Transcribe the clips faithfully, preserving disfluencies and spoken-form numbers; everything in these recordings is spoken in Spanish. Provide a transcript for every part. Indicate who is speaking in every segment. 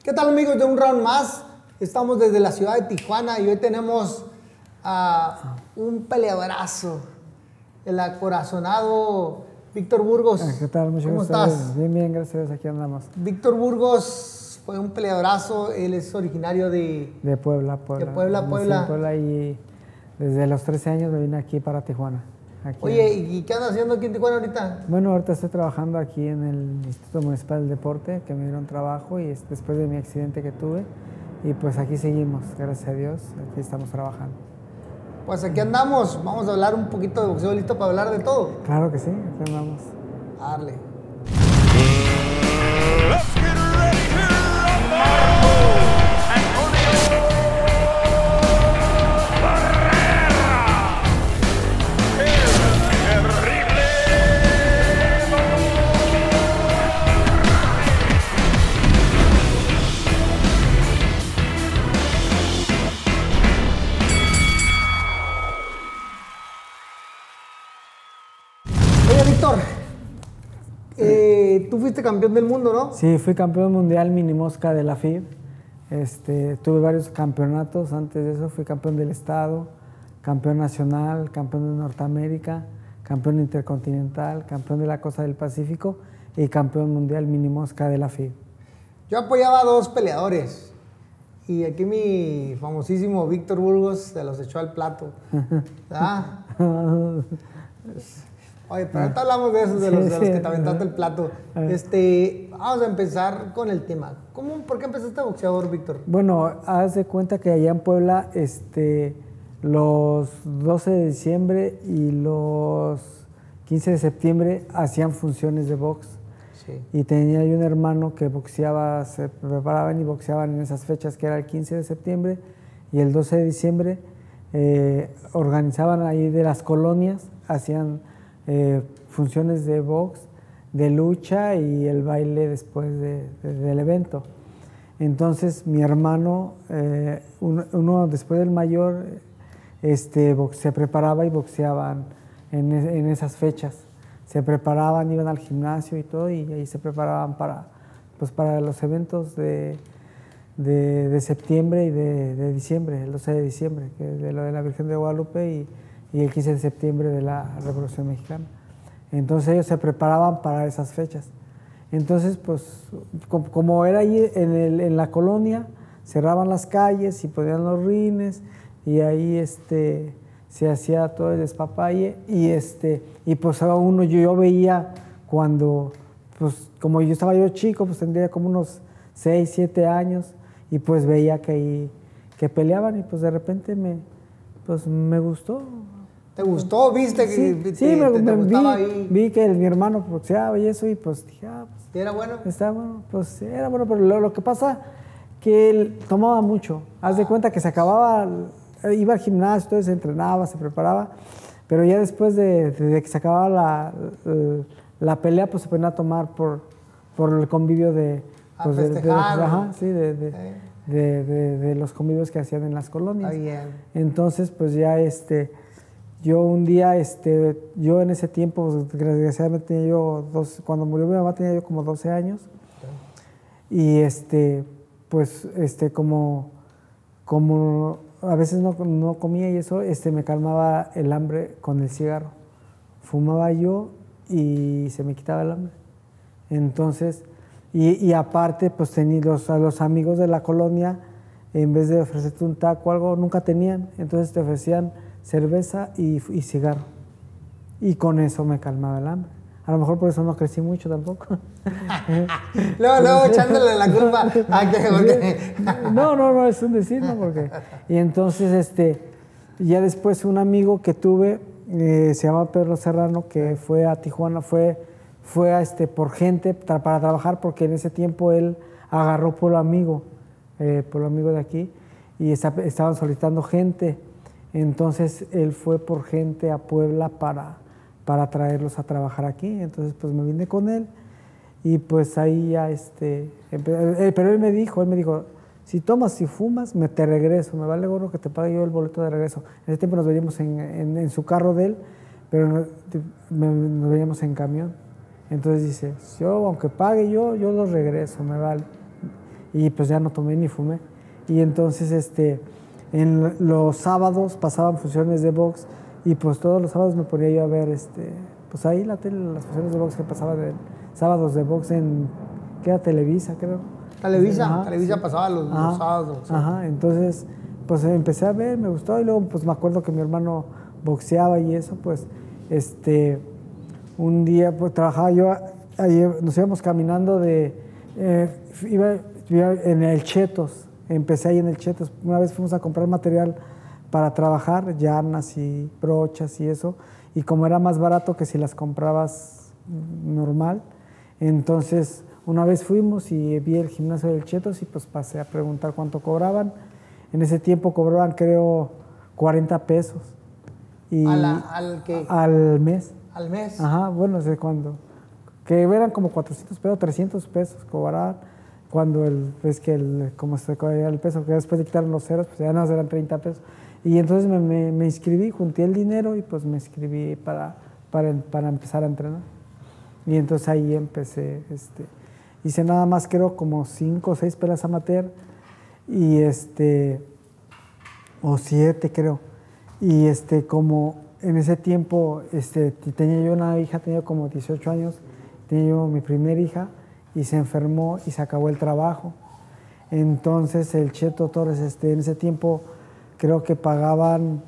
Speaker 1: ¿Qué tal, amigos de Un Round Más? Estamos desde la ciudad de Tijuana y hoy tenemos a un peleadorazo, el acorazonado Víctor Burgos.
Speaker 2: ¿Qué tal? Mucho
Speaker 1: ¿Cómo
Speaker 2: gusto.
Speaker 1: estás?
Speaker 2: Bien, bien, gracias. Aquí andamos.
Speaker 1: Víctor Burgos fue un peleadorazo. Él es originario de...
Speaker 2: De Puebla, Puebla.
Speaker 1: De Puebla,
Speaker 2: Nací
Speaker 1: Puebla.
Speaker 2: en Puebla y desde los trece años me vine aquí para Tijuana. Aquí
Speaker 1: Oye,
Speaker 2: en...
Speaker 1: ¿y qué andas haciendo aquí en Tijuana ahorita?
Speaker 2: Bueno, ahorita estoy trabajando aquí en el Instituto Municipal del Deporte, que me dieron trabajo y es después de mi accidente que tuve. Y pues aquí seguimos, gracias a Dios, aquí estamos trabajando.
Speaker 1: Pues aquí andamos. Vamos a hablar un poquito de boxeo, listo para hablar de todo.
Speaker 2: Claro que sí, aquí andamos.
Speaker 1: Dale.
Speaker 3: Let's get ready to rumble. Antonio Barrera, el terrible.
Speaker 1: Oye, Víctor, eh, tú fuiste campeón del mundo, ¿no?
Speaker 2: Sí, fui campeón mundial mini mosca de la F I B. Este, tuve varios campeonatos. Antes de eso fui campeón del estado, campeón nacional, campeón de Norteamérica, campeón intercontinental, campeón de la costa del Pacífico y campeón mundial mini mosca de la F I B.
Speaker 1: Yo apoyaba a dos peleadores y aquí mi famosísimo Víctor Burgos se los echó al plato. ¿Ah? Oye, pero ahorita hablamos de esos, de los, de los que te aventaste el plato. Este, vamos a empezar con el tema. ¿Cómo, ¿Por qué empezaste boxeador, Víctor?
Speaker 2: Bueno, haz de cuenta que allá en Puebla, este, los doce de diciembre y los quince de septiembre hacían funciones de box.
Speaker 1: Sí.
Speaker 2: Y tenía yo un hermano que boxeaba, se preparaban y boxeaban en esas fechas, que era el quince de septiembre y el doce de diciembre. Eh, organizaban ahí de las colonias, hacían eh, funciones de box, de lucha y el baile después de, de, del evento. Entonces mi hermano, eh, uno, uno después del mayor, este, box, se preparaba y boxeaban en, en esas fechas. Se preparaban, iban al gimnasio y todo, y ahí se preparaban para, pues para los eventos de, de, de septiembre y de, de diciembre, el doce de diciembre, que es de lo de la Virgen de Guadalupe, y, y el quince de septiembre de la Revolución Mexicana. Entonces ellos se preparaban para esas fechas. Entonces, pues, como, como era ahí en, el, en la colonia, cerraban las calles y ponían los rines, y ahí este, se hacía todo el despapalle, y, este, y pues a uno yo, yo veía cuando, pues como yo estaba yo chico, pues tendría como unos seis, siete años, y pues veía que ahí, que peleaban, y pues de repente me, pues me gustó.
Speaker 1: ¿Te gustó? ¿Viste que
Speaker 2: Sí,
Speaker 1: te,
Speaker 2: sí,
Speaker 1: te,
Speaker 2: me,
Speaker 1: te, te
Speaker 2: me
Speaker 1: gustaba
Speaker 2: vi,
Speaker 1: ahí?
Speaker 2: vi que el, mi hermano boxeaba y eso, y pues dije, ah, pues
Speaker 1: ¿Y era bueno?
Speaker 2: está bueno, pues era bueno, pero lo, lo que pasa que él tomaba mucho. Haz de cuenta que se acababa, iba al gimnasio, todo se entrenaba, se preparaba, pero ya después de, de, de que se acababa la, la, la pelea, pues se ponía a tomar por, por el convivio de...
Speaker 1: A
Speaker 2: Pues, de, de, de,
Speaker 1: festejar.
Speaker 2: ajá, sí, de, de,
Speaker 1: Eh.
Speaker 2: de, de, de los convivios que hacían en las colonias.
Speaker 1: Está bien.
Speaker 2: Entonces, pues ya este... Yo un día, este, yo en ese tiempo, pues, desgraciadamente tenía yo, dos, cuando murió mi mamá tenía yo como doce años. Okay. Y este, pues, este, como, como a veces no, no comía y eso, este, me calmaba el hambre con el cigarro. Fumaba yo y se me quitaba el hambre. Entonces, y, y aparte, pues tenía los, a los amigos de la colonia, en vez de ofrecerte un taco o algo, nunca tenían. Entonces te ofrecían cerveza y, y cigarro. Y con eso me calmaba el hambre. A lo mejor por eso no crecí mucho tampoco.
Speaker 1: luego, luego echándole la culpa a que... Porque...
Speaker 2: no, no, no, es un decir, ¿no? Porque... Y entonces, este, ya después un amigo que tuve, eh, se llama Pedro Serrano, que fue a Tijuana, fue, fue a, este, por gente tra para trabajar, porque en ese tiempo él agarró Pueblo Amigo, eh, Pueblo Amigo de aquí, y está, estaban solicitando gente. Entonces él fue por gente a Puebla para, para traerlos a trabajar aquí. Entonces pues me vine con él y pues ahí ya este... Eh, pero él me dijo, él me dijo, si tomas, si fumas, me te regreso, me vale gorro que te pague yo el boleto de regreso. En ese tiempo nos veníamos en, en, en su carro de él, pero nos, nos veníamos en camión. Entonces dice, yo aunque pague yo, yo los regreso, me vale. y pues ya no tomé ni fumé. Y entonces este, en los sábados pasaban funciones de box y pues todos los sábados me ponía yo a ver este, pues ahí la tele, las funciones de box que pasaban de sábados de box en, ¿qué era? Televisa, creo.
Speaker 1: Televisa,
Speaker 2: Ajá,
Speaker 1: Televisa
Speaker 2: sí.
Speaker 1: pasaba los,
Speaker 2: Ajá,
Speaker 1: los sábados. sí.
Speaker 2: Ajá, entonces pues empecé a ver, me gustó y luego pues me acuerdo que mi hermano boxeaba y eso, pues este, un día pues trabajaba yo, ahí nos íbamos caminando de, eh, iba, iba en el Chetos, empecé ahí en el Chetos, una vez fuimos a comprar material para trabajar, llanas y brochas y eso, y como era más barato que si las comprabas normal, entonces una vez fuimos y vi el gimnasio del Chetos y pues pasé a preguntar cuánto cobraban. En ese tiempo cobraban creo cuarenta pesos. Y
Speaker 1: ¿A la- al qué?
Speaker 2: al mes.
Speaker 1: Al mes.
Speaker 2: Ajá, bueno, sé cuándo. Que eran como cuatrocientos pesos, trescientos pesos cobraban cuando el, es que el, como se cobraba el peso, que después de quitar los ceros, pues ya no eran treinta pesos. Y entonces me, me, me inscribí, junté el dinero y pues me inscribí para, para, para empezar a entrenar. Y entonces ahí empecé, este, hice nada más creo como cinco o seis peleas amateur y este, o siete creo. Y este, como en ese tiempo este, tenía yo una hija, tenía como dieciocho años, tenía yo mi primera hija y se enfermó y se acabó el trabajo. Entonces el Cheto Torres, este, en ese tiempo creo que pagaban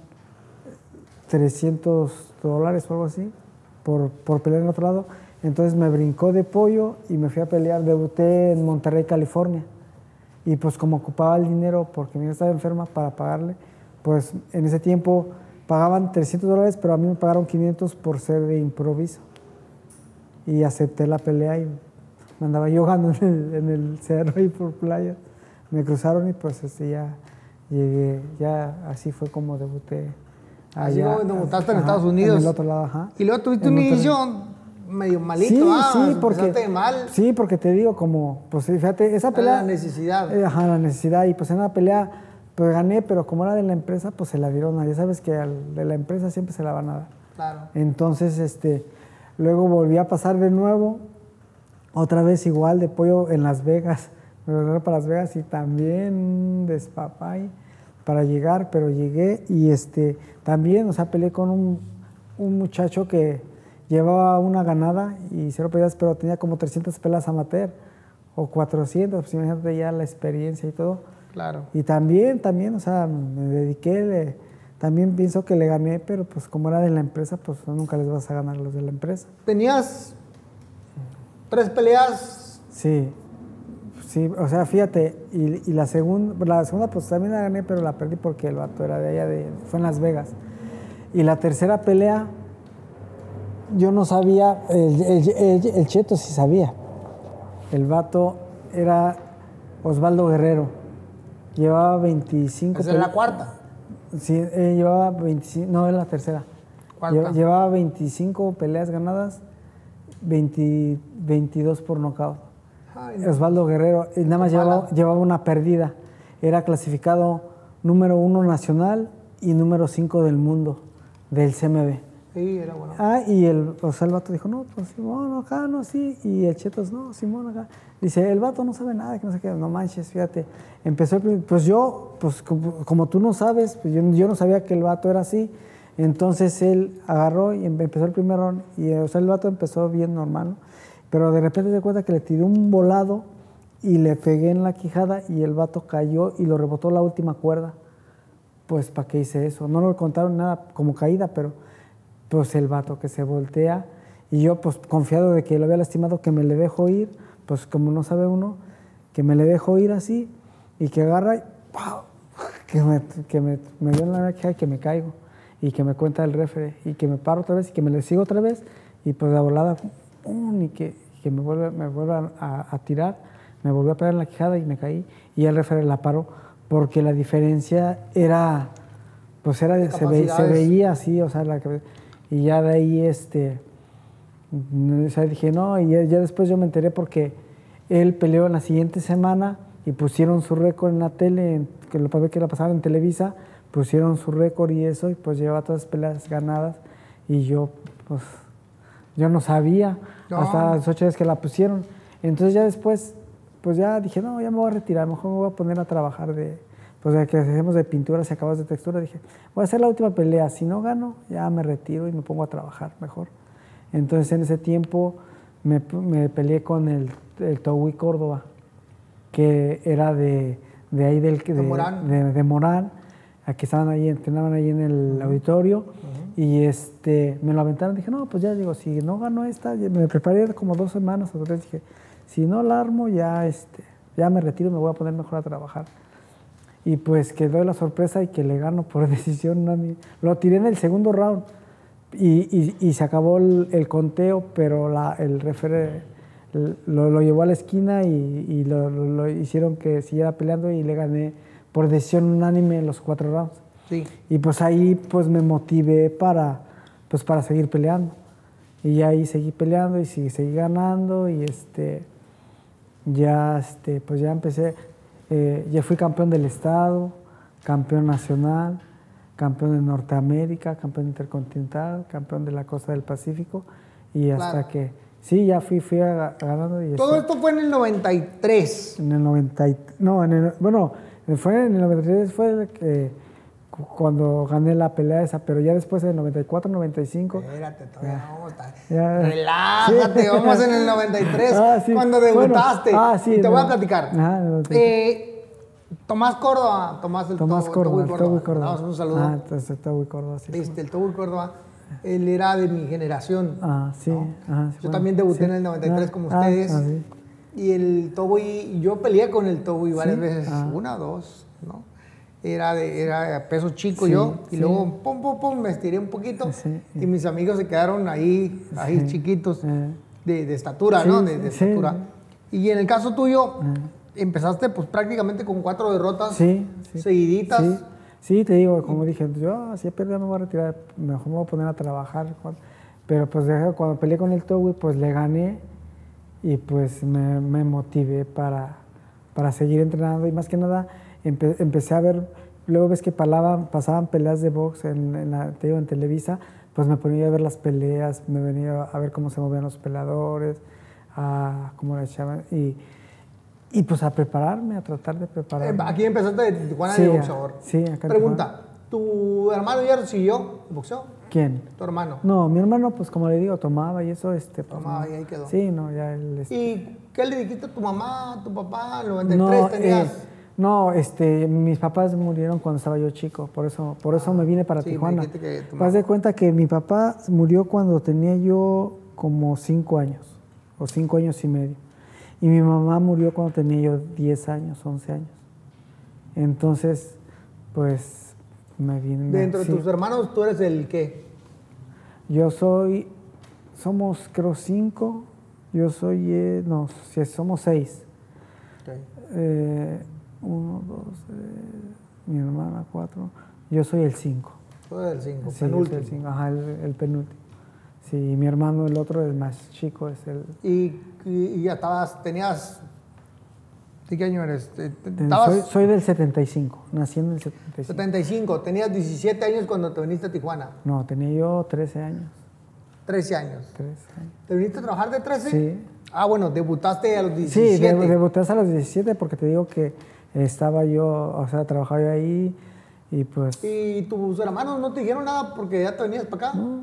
Speaker 2: trescientos dólares o algo así por, por pelear en otro lado. Entonces me brincó de pollo y me fui a pelear, debuté en Monterrey, California. Y pues como ocupaba el dinero porque mi hija estaba enferma para pagarle, pues en ese tiempo pagaban trescientos dólares, pero a mí me pagaron quinientos por ser de improviso. Y acepté la pelea y me andaba yo jugando en el, en el cerro y por playa. Me cruzaron y pues así ya llegué, ya así fue como debuté.
Speaker 1: Así
Speaker 2: allá,
Speaker 1: como debutaste en
Speaker 2: ajá,
Speaker 1: Estados Unidos.
Speaker 2: En el otro lado, ajá.
Speaker 1: Y luego tuviste
Speaker 2: En
Speaker 1: un
Speaker 2: Monterrey.
Speaker 1: inicio medio malito,
Speaker 2: Sí,
Speaker 1: ah,
Speaker 2: sí, porque,
Speaker 1: empezaste mal.
Speaker 2: sí, porque te digo, como, pues fíjate, esa pelea...
Speaker 1: La necesidad.
Speaker 2: Eh, ajá, la necesidad. Y pues en la pelea, pues gané, pero como era de la empresa, pues se la dieron a... Ya sabes que al de la empresa siempre se la van a dar.
Speaker 1: Claro.
Speaker 2: Entonces, este, luego volví a pasar de nuevo, otra vez igual de pollo en Las Vegas. Me regresé para Las Vegas y también despapay para llegar, pero llegué y este, también, o sea, peleé con un, un muchacho que llevaba una ganada y cero peleas, pero tenía como trescientas peleas amateur o cuatrocientas, pues imagínate ya la experiencia y todo.
Speaker 1: Claro.
Speaker 2: Y también, también, o sea, me dediqué, le, también pienso que le gané, pero pues como era de la empresa, pues nunca les vas a ganar a los de la empresa.
Speaker 1: Tenías tres peleas.
Speaker 2: Sí, sí, o sea, fíjate, y, y la segunda, la segunda pues también la gané, pero la perdí porque el vato era de allá, de, fue en Las Vegas. Y la tercera pelea, yo no sabía, el, el, el, el Cheto sí sabía. El vato era Osvaldo Guerrero, llevaba veinticinco...
Speaker 1: Esa es la cuarta.
Speaker 2: Sí, eh, llevaba veinticinco, no, es la tercera.
Speaker 1: Cuarta.
Speaker 2: Lle- Llevaba veinticinco peleas ganadas, veinte, veintidós por nocaut.
Speaker 1: Ay, no.
Speaker 2: Osvaldo Guerrero, y nada más
Speaker 1: Mala.
Speaker 2: llevaba, llevaba una perdida. Era clasificado número uno nacional y número cinco del mundo, del C M B.
Speaker 1: Sí, era bueno.
Speaker 2: Ah, y el, o sea, el vato dijo, no, pues Simón, acá, no, sí. Y el Chetos, no, Simón, acá. Dice, el vato no sabe nada, que no sé qué, no manches, fíjate. Empezó, el prim- pues yo, pues como, como tú no sabes, pues yo, yo no sabía que el vato era así. Entonces él agarró y em- empezó el primer round. Y, o sea, el vato empezó bien normal, ¿no? Pero de repente se cuenta que le tiré un volado y le pegué en la quijada y el vato cayó y lo rebotó la última cuerda. Pues, ¿para qué hice eso? No lo contaron nada como caída, pero pues el vato que se voltea y yo pues confiado de que lo había lastimado, que me le dejo ir, pues como no sabe uno, que me le dejo ir así y que agarra y ¡pau! que me, que me, me dio en la quijada y que me caigo y que me cuenta el referee y que me paro otra vez y que me le sigo otra vez y pues la volada ¡pum! y que, que me vuelve, me vuelve a, a tirar, me volvió a pegar en la quijada y me caí y el referee la paró porque la diferencia era, pues era, de- se, ve- se
Speaker 1: Capacidades.
Speaker 2: veía así, o sea, la que, y ya de ahí, este, o sea, dije, no, y ya, ya después yo me enteré porque él peleó en la siguiente semana y pusieron su récord en la tele, en- que lo que la pasaban en Televisa, pusieron su récord y eso, y pues llevaba todas las peleas ganadas, y yo, pues, yo no sabía,
Speaker 1: No.
Speaker 2: hasta las ocho veces que la pusieron. Entonces ya después, pues ya dije, no, ya me voy a retirar, mejor me voy a poner a trabajar de, pues de que hacemos de pintura, si acabas de textura. Dije, voy a hacer la última pelea, si no gano, ya me retiro y me pongo a trabajar mejor. Entonces en ese tiempo me, me peleé con el, el Togui Córdoba, que era de, de ahí del... De,
Speaker 1: de Morán.
Speaker 2: De, de Morán, a que estaban ahí, entrenaban ahí en el uh-huh. auditorio, uh-huh. y este, me lo aventaron. Dije, no, pues ya digo, si no gano esta, me preparé como dos semanas o tres, dije, si no la armo, ya, este, ya me retiro, me voy a poner mejor a trabajar. Y pues quedó la sorpresa y que le gano por decisión. A mí. Lo tiré en el segundo round y, y, y se acabó el, el conteo, pero la, el referee lo, lo llevó a la esquina y, y lo, lo, lo hicieron que siguiera peleando y le gané por decisión unánime en los cuatro rounds.
Speaker 1: Sí.
Speaker 2: Y pues ahí pues me motivé para, pues, para seguir peleando. Y ahí seguí peleando y seguí, seguí ganando y este, ya, este, pues ya empecé, eh, ya fui campeón del estado, campeón nacional, campeón de Norteamérica, campeón intercontinental, campeón de la costa del Pacífico y hasta claro. que, sí, ya fui, fui a, a ganando. Y
Speaker 1: todo
Speaker 2: esto,
Speaker 1: esto fue en el noventa y tres.
Speaker 2: En el noventa, no, en el, bueno, fue en el noventa y tres fue el que, cuando gané la pelea esa, pero ya después en el noventa y cuatro, noventa y cinco.
Speaker 1: Espérate, todavía
Speaker 2: ya,
Speaker 1: no vamos a estar.
Speaker 2: Ya,
Speaker 1: relájate, sí. Vamos en el noventa y tres,
Speaker 2: ah, sí.
Speaker 1: cuando debutaste.
Speaker 2: Bueno, ah, sí,
Speaker 1: y te
Speaker 2: no.
Speaker 1: voy a platicar.
Speaker 2: Ajá, no,
Speaker 1: eh, Tomás Córdoba, Tomás el
Speaker 2: Tomás
Speaker 1: Tobu,
Speaker 2: Córdoba,
Speaker 1: Tobu
Speaker 2: el Tobu
Speaker 1: Córdoba. Damos un saludo.
Speaker 2: Ah, entonces el Tobu Córdoba, sí.
Speaker 1: Este, el Tobu Córdoba, él era de mi generación.
Speaker 2: Ah, sí.
Speaker 1: ¿no?
Speaker 2: Ajá, sí
Speaker 1: yo
Speaker 2: bueno,
Speaker 1: también debuté
Speaker 2: sí.
Speaker 1: en el noventa y tres
Speaker 2: ah,
Speaker 1: como
Speaker 2: ah,
Speaker 1: ustedes.
Speaker 2: Ah, sí.
Speaker 1: Y el Tobu, yo peleé con el Tobu varias
Speaker 2: ¿Sí?
Speaker 1: veces,
Speaker 2: ah.
Speaker 1: una, dos, ¿no? Era de era peso chico
Speaker 2: sí,
Speaker 1: yo, y
Speaker 2: sí.
Speaker 1: luego pum, pum, pum, me estiré un poquito,
Speaker 2: sí,
Speaker 1: y mis amigos se quedaron ahí, ahí
Speaker 2: sí.
Speaker 1: chiquitos,
Speaker 2: eh.
Speaker 1: de, de estatura,
Speaker 2: sí,
Speaker 1: ¿no? De, de
Speaker 2: sí.
Speaker 1: estatura. Y en el caso tuyo,
Speaker 2: eh.
Speaker 1: empezaste pues prácticamente con cuatro derrotas
Speaker 2: sí, sí.
Speaker 1: seguiditas.
Speaker 2: Sí. sí, te digo, como dije, yo si he perdido me voy a retirar, mejor me voy a poner a trabajar. Pero pues cuando peleé con el Tobu, pues le gané y pues me, me motivé para, para seguir entrenando y más que nada empe, empecé a ver, luego ves que pasaban, pasaban peleas de box en, en, la, te digo, en Televisa, pues me ponía a ver las peleas, me venía a ver cómo se movían los peleadores, a cómo la echaban y, y pues a prepararme, a tratar de prepararme.
Speaker 1: Aquí empezaste de Tijuana
Speaker 2: sí,
Speaker 1: de boxeador.
Speaker 2: Sí, acá en
Speaker 1: Pregunta,
Speaker 2: Tijuana.
Speaker 1: ¿tu hermano ya siguió el boxeo?
Speaker 2: ¿Quién?
Speaker 1: ¿Tu hermano?
Speaker 2: No, mi hermano, pues como le digo, tomaba y eso, este... Pues,
Speaker 1: Tomaba
Speaker 2: no.
Speaker 1: y ahí quedó.
Speaker 2: Sí, no, ya él... Este...
Speaker 1: ¿Y qué le dijiste a tu mamá, a tu papá? En el noventa y tres
Speaker 2: no,
Speaker 1: tenías...
Speaker 2: Eh, no, este, mis papás murieron cuando estaba yo chico, por eso, por eso ah, me vine para
Speaker 1: sí,
Speaker 2: Tijuana.
Speaker 1: Me que tu
Speaker 2: Haz de cuenta que mi papá murió cuando tenía yo como cinco años, o cinco años y medio. Y mi mamá murió cuando tenía yo diez años, once años. Entonces, pues... Me vine,
Speaker 1: Dentro
Speaker 2: sí.
Speaker 1: de tus hermanos, ¿tú eres el qué?
Speaker 2: Yo soy, somos creo cinco, yo soy, eh, no, si somos seis.
Speaker 1: Okay.
Speaker 2: Eh, uno, dos, eh, mi hermana, cuatro, yo soy el cinco.
Speaker 1: Tú eres el cinco,
Speaker 2: sí,
Speaker 1: penúltimo.
Speaker 2: Yo soy el cinco, ajá, el, el penúltimo. Sí, y mi hermano, el otro, el más chico, es el...
Speaker 1: ¿Y, y, y ya estabas, tenías... ¿De qué año eres?
Speaker 2: Soy, soy del setenta y cinco, nací en el setenta y cinco.
Speaker 1: setenta y cinco, tenías diecisiete años cuando te viniste a Tijuana.
Speaker 2: No, tenía yo trece años.
Speaker 1: trece años.
Speaker 2: trece años.
Speaker 1: ¿Te viniste a trabajar de trece?
Speaker 2: Sí.
Speaker 1: Ah, bueno, debutaste a los diecisiete.
Speaker 2: Sí, debuté a los diecisiete porque te digo que estaba yo, o sea, trabajaba yo ahí y pues...
Speaker 1: ¿Y tus hermanos no te dijeron nada porque ya te venías para acá?
Speaker 2: No.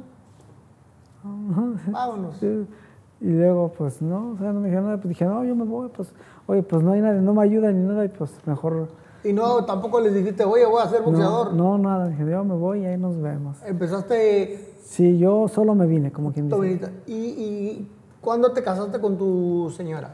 Speaker 2: no.
Speaker 1: Vámonos.
Speaker 2: Sí. Y luego, pues, no, o sea, no me dijeron nada, pues dije, no, yo me voy, pues, oye, pues no hay nadie, no me ayuda ni nada, y pues mejor...
Speaker 1: ¿Y no, tampoco les dijiste, oye, voy a ser boxeador?
Speaker 2: No, no, nada, dije, yo me voy y ahí nos vemos.
Speaker 1: Empezaste...
Speaker 2: Sí, yo solo me vine, como quien dice.
Speaker 1: ¿Y, ¿Y cuándo te casaste con tu señora?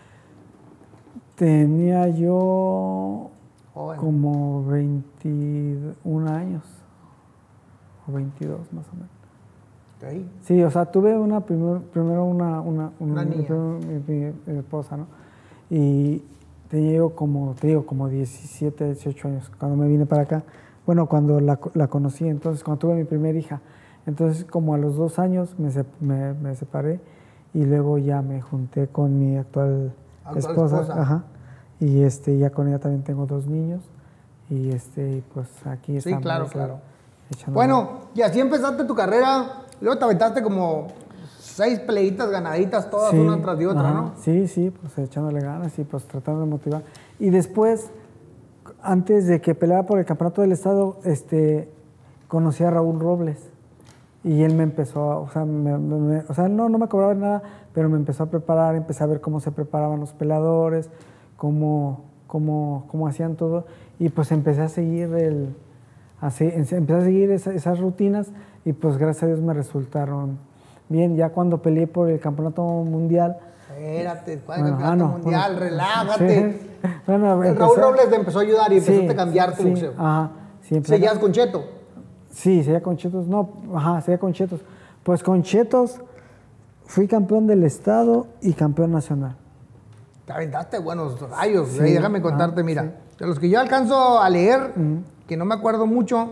Speaker 2: Tenía yo
Speaker 1: Joven.
Speaker 2: como veintiún años, o veintidós más o menos.
Speaker 1: Okay.
Speaker 2: Sí, o sea, tuve una primer, primero una, una, una,
Speaker 1: una niña.
Speaker 2: Mi, mi, mi esposa, ¿no? Y tenía yo como, te digo, como diecisiete, dieciocho años cuando me vine para acá. Bueno, cuando la, la conocí, entonces, cuando tuve mi primera hija. Entonces, como a los dos años me, me, me separé y luego ya me junté con mi actual, actual esposa. esposa. Ajá. Y este, ya con ella también tengo dos niños. Y este, pues aquí estamos.
Speaker 1: Sí, claro, claro. Bueno, y así empezaste tu carrera. Luego te aventaste como seis peleitas ganaditas, todas
Speaker 2: Sí,
Speaker 1: una tras de otra,
Speaker 2: ajá,
Speaker 1: ¿no?
Speaker 2: Sí, sí, pues echándole ganas y pues tratando de motivar. Y después, antes de que peleara por el campeonato del estado, este, conocí a Raúl Robles y él me empezó, a, o sea, me, me- me- o sea, no, no me cobraba nada, pero me empezó a preparar, empecé a ver cómo se preparaban los peleadores, cómo, cómo, cómo hacían todo y pues empecé a seguir el, a se- empecé a seguir esa- esas rutinas y pues gracias a Dios me resultaron bien. Ya cuando peleé por el campeonato mundial,
Speaker 1: Espérate, ¿cuál
Speaker 2: Bueno,
Speaker 1: campeonato
Speaker 2: ah, no,
Speaker 1: mundial?
Speaker 2: bueno,
Speaker 1: Relájate.
Speaker 2: sí. Bueno,
Speaker 1: El
Speaker 2: empecé-
Speaker 1: Raúl Robles te empezó a ayudar y empezaste
Speaker 2: Sí,
Speaker 1: a cambiar tu
Speaker 2: sí,
Speaker 1: boxeo.
Speaker 2: Ajá, sí, empecé a-
Speaker 1: ¿Seguías con Cheto?
Speaker 2: Sí, seguía con Chetos. No, ajá, seguía con Chetos. Pues con Chetos fui campeón del estado y campeón nacional.
Speaker 1: Te aventaste buenos rayos.
Speaker 2: Sí,
Speaker 1: güey, déjame
Speaker 2: ajá,
Speaker 1: contarte, mira.
Speaker 2: sí.
Speaker 1: De los que yo alcanzo a leer, que no me acuerdo mucho,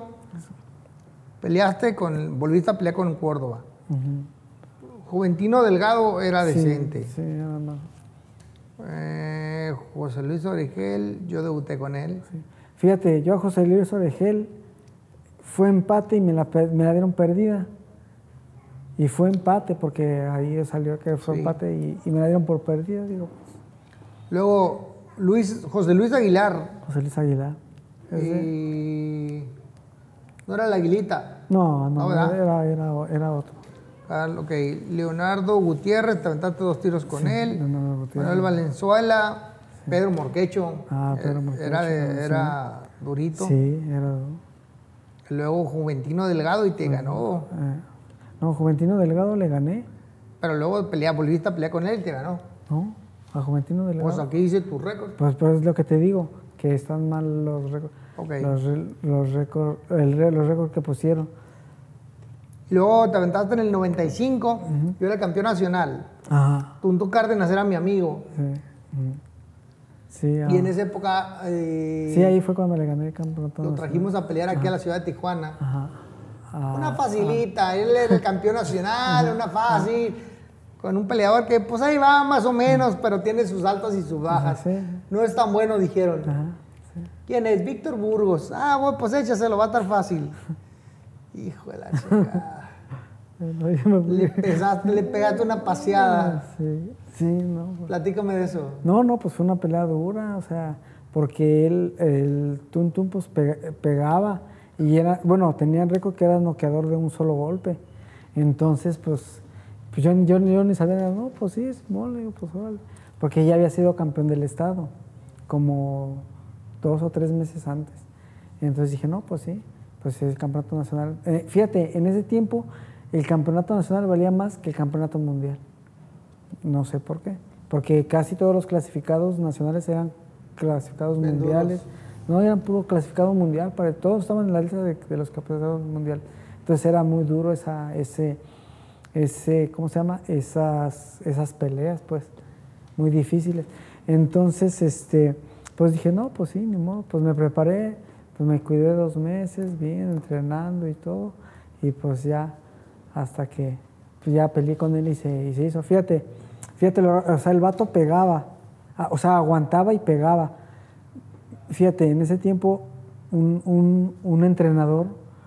Speaker 1: peleaste con, volviste a pelear con Córdoba. Juventino Delgado era
Speaker 2: Sí,
Speaker 1: decente.
Speaker 2: Sí, nada más.
Speaker 1: Eh, José Luis Origel, yo debuté con él.
Speaker 2: Fíjate, yo a José Luis Orejel fue empate y me la, pe- me la dieron perdida. Y fue empate porque ahí salió que fue
Speaker 1: Sí.
Speaker 2: empate y, y me la dieron por perdida, digo.
Speaker 1: Luego, Luis, José Luis Aguilar.
Speaker 2: José Luis Aguilar. Ese-
Speaker 1: Y... No era la Aguilita.
Speaker 2: No,
Speaker 1: No,
Speaker 2: no,
Speaker 1: ¿verdad?
Speaker 2: era, era, era otro.
Speaker 1: Ah, ok, Leonardo Gutiérrez, te aventaste dos tiros con él.
Speaker 2: Leonardo Gutiérrez.
Speaker 1: Manuel Valenzuela, Pedro Morquecho.
Speaker 2: Ah, Pedro
Speaker 1: eh,
Speaker 2: Morquecho,
Speaker 1: Era, de-
Speaker 2: sí.
Speaker 1: era durito.
Speaker 2: Sí, era.
Speaker 1: Luego Juventino Delgado y te ganó.
Speaker 2: eh, no, Juventino Delgado le gané.
Speaker 1: Pero luego pelea, volviste a pelear con él y te ganó.
Speaker 2: ¿No? A Juventino Delgado.
Speaker 1: Pues aquí dice tu récord.
Speaker 2: Pues, pues es lo que te digo, que están mal los récords.
Speaker 1: Ok.
Speaker 2: Los, re- los récords el re- los récords que pusieron.
Speaker 1: Y luego te aventaste en el noventa y cinco, yo era campeón nacional.
Speaker 2: Ajá.
Speaker 1: Tuntú Cárdenas era mi amigo.
Speaker 2: Sí. ujú. Sí,
Speaker 1: Y
Speaker 2: ah,
Speaker 1: en esa época eh,
Speaker 2: sí, ahí fue cuando le gané el campeonato.
Speaker 1: lo
Speaker 2: nacional.
Speaker 1: trajimos a pelear aquí a la ciudad de Tijuana.
Speaker 2: Ajá. Ah,
Speaker 1: Una facilita, él era el campeón nacional, una fácil, con un peleador que pues ahí va más o menos, pero tiene sus altas y sus bajas.
Speaker 2: Sí.
Speaker 1: No es tan bueno, dijeron.
Speaker 2: Ajá.
Speaker 1: ¿Quién es? Víctor Burgos. Ah, bueno, pues échaselo, va a estar fácil. Hijo de la chica.
Speaker 2: No, yo me fui.
Speaker 1: Le, pesaste, le pegaste una paseada.
Speaker 2: Sí, sí, no. pues.
Speaker 1: Platícame de eso.
Speaker 2: No, no, pues fue una pelea dura, o sea, porque él, el Tun Tun, pues pe- pegaba y era, bueno, tenía el récord que era noqueador de un solo golpe. Entonces, pues, pues yo, yo, yo ni sabía, no, pues sí, Simón, le digo, pues órale. Porque ya había sido campeón del estado, como dos o tres meses antes. Y entonces dije, no, pues sí, pues el campeonato nacional. Eh, fíjate, en ese tiempo el campeonato nacional valía más que el campeonato mundial. No sé por qué. Porque casi todos los clasificados nacionales eran clasificados
Speaker 1: Bien
Speaker 2: mundiales. No, eran puro clasificado mundial. Para, todos estaban en la lista de, de los clasificados mundiales. Entonces era muy duro esa, ese, ese, ¿cómo se llama? Esas, esas peleas, pues, muy difíciles. Entonces, este, pues dije, no, pues sí, ni modo. Pues me preparé, pues me cuidé dos meses, bien, entrenando y todo. Y pues ya, hasta que pues ya peleé con él y se, y se hizo. Fíjate, fíjate, lo- o sea, el vato pegaba, ah, o sea, aguantaba y pegaba. Fíjate, en ese tiempo, un, un, un entrenador,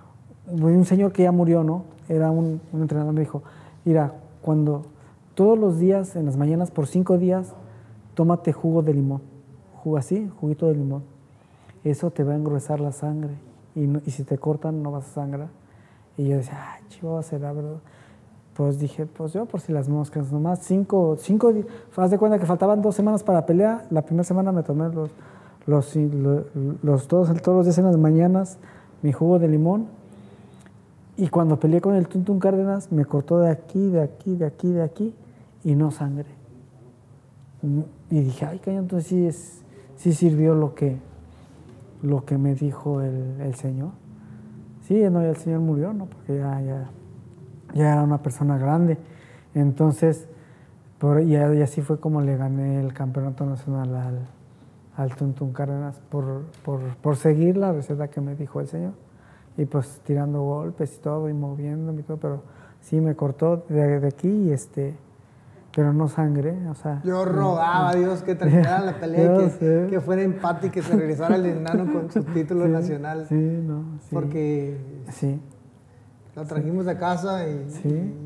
Speaker 2: un señor que ya murió, ¿no? Era un, un entrenador, me dijo, mira, cuando todos los días, en las mañanas, por cinco días, tómate jugo de limón. Jugo así, juguito de limón. Eso te va a engrosar la sangre. Y, no- y si te cortan, no vas a sangrar. Y yo decía, ay, chivo, será verdad. Pues dije, pues yo por si las moscas, nomás cinco, cinco días. Haz de cuenta que faltaban dos semanas para pelea. La primera semana me tomé los, los, los, los todos, todos los días en las mañanas mi jugo de limón. Y cuando peleé con el Tuntún Cárdenas, me cortó de aquí, de aquí, de aquí, de aquí, y no sangré. Y dije, ay, cañón, entonces sí, es, sí sirvió lo que, lo que me dijo el, el Señor. Sí, no, ya el Señor murió, ¿no? Porque ya, ya, ya era una persona grande. Entonces, por, y, y así fue como le gané el campeonato nacional al, al Tuntún Cárdenas, por, por, por seguir la receta que me dijo el Señor. Y pues tirando golpes y todo, y moviéndome y todo, pero sí me cortó de, de aquí y este... Pero no sangré, o sea...
Speaker 1: Yo rogaba a Dios que terminara la pelea
Speaker 2: Yo
Speaker 1: y que,
Speaker 2: sé.
Speaker 1: que fuera empate y que se regresara el enano con su título
Speaker 2: Sí,
Speaker 1: nacional.
Speaker 2: Sí, no, sí.
Speaker 1: Porque
Speaker 2: Sí,
Speaker 1: lo trajimos a casa y,
Speaker 2: Sí.
Speaker 1: y- y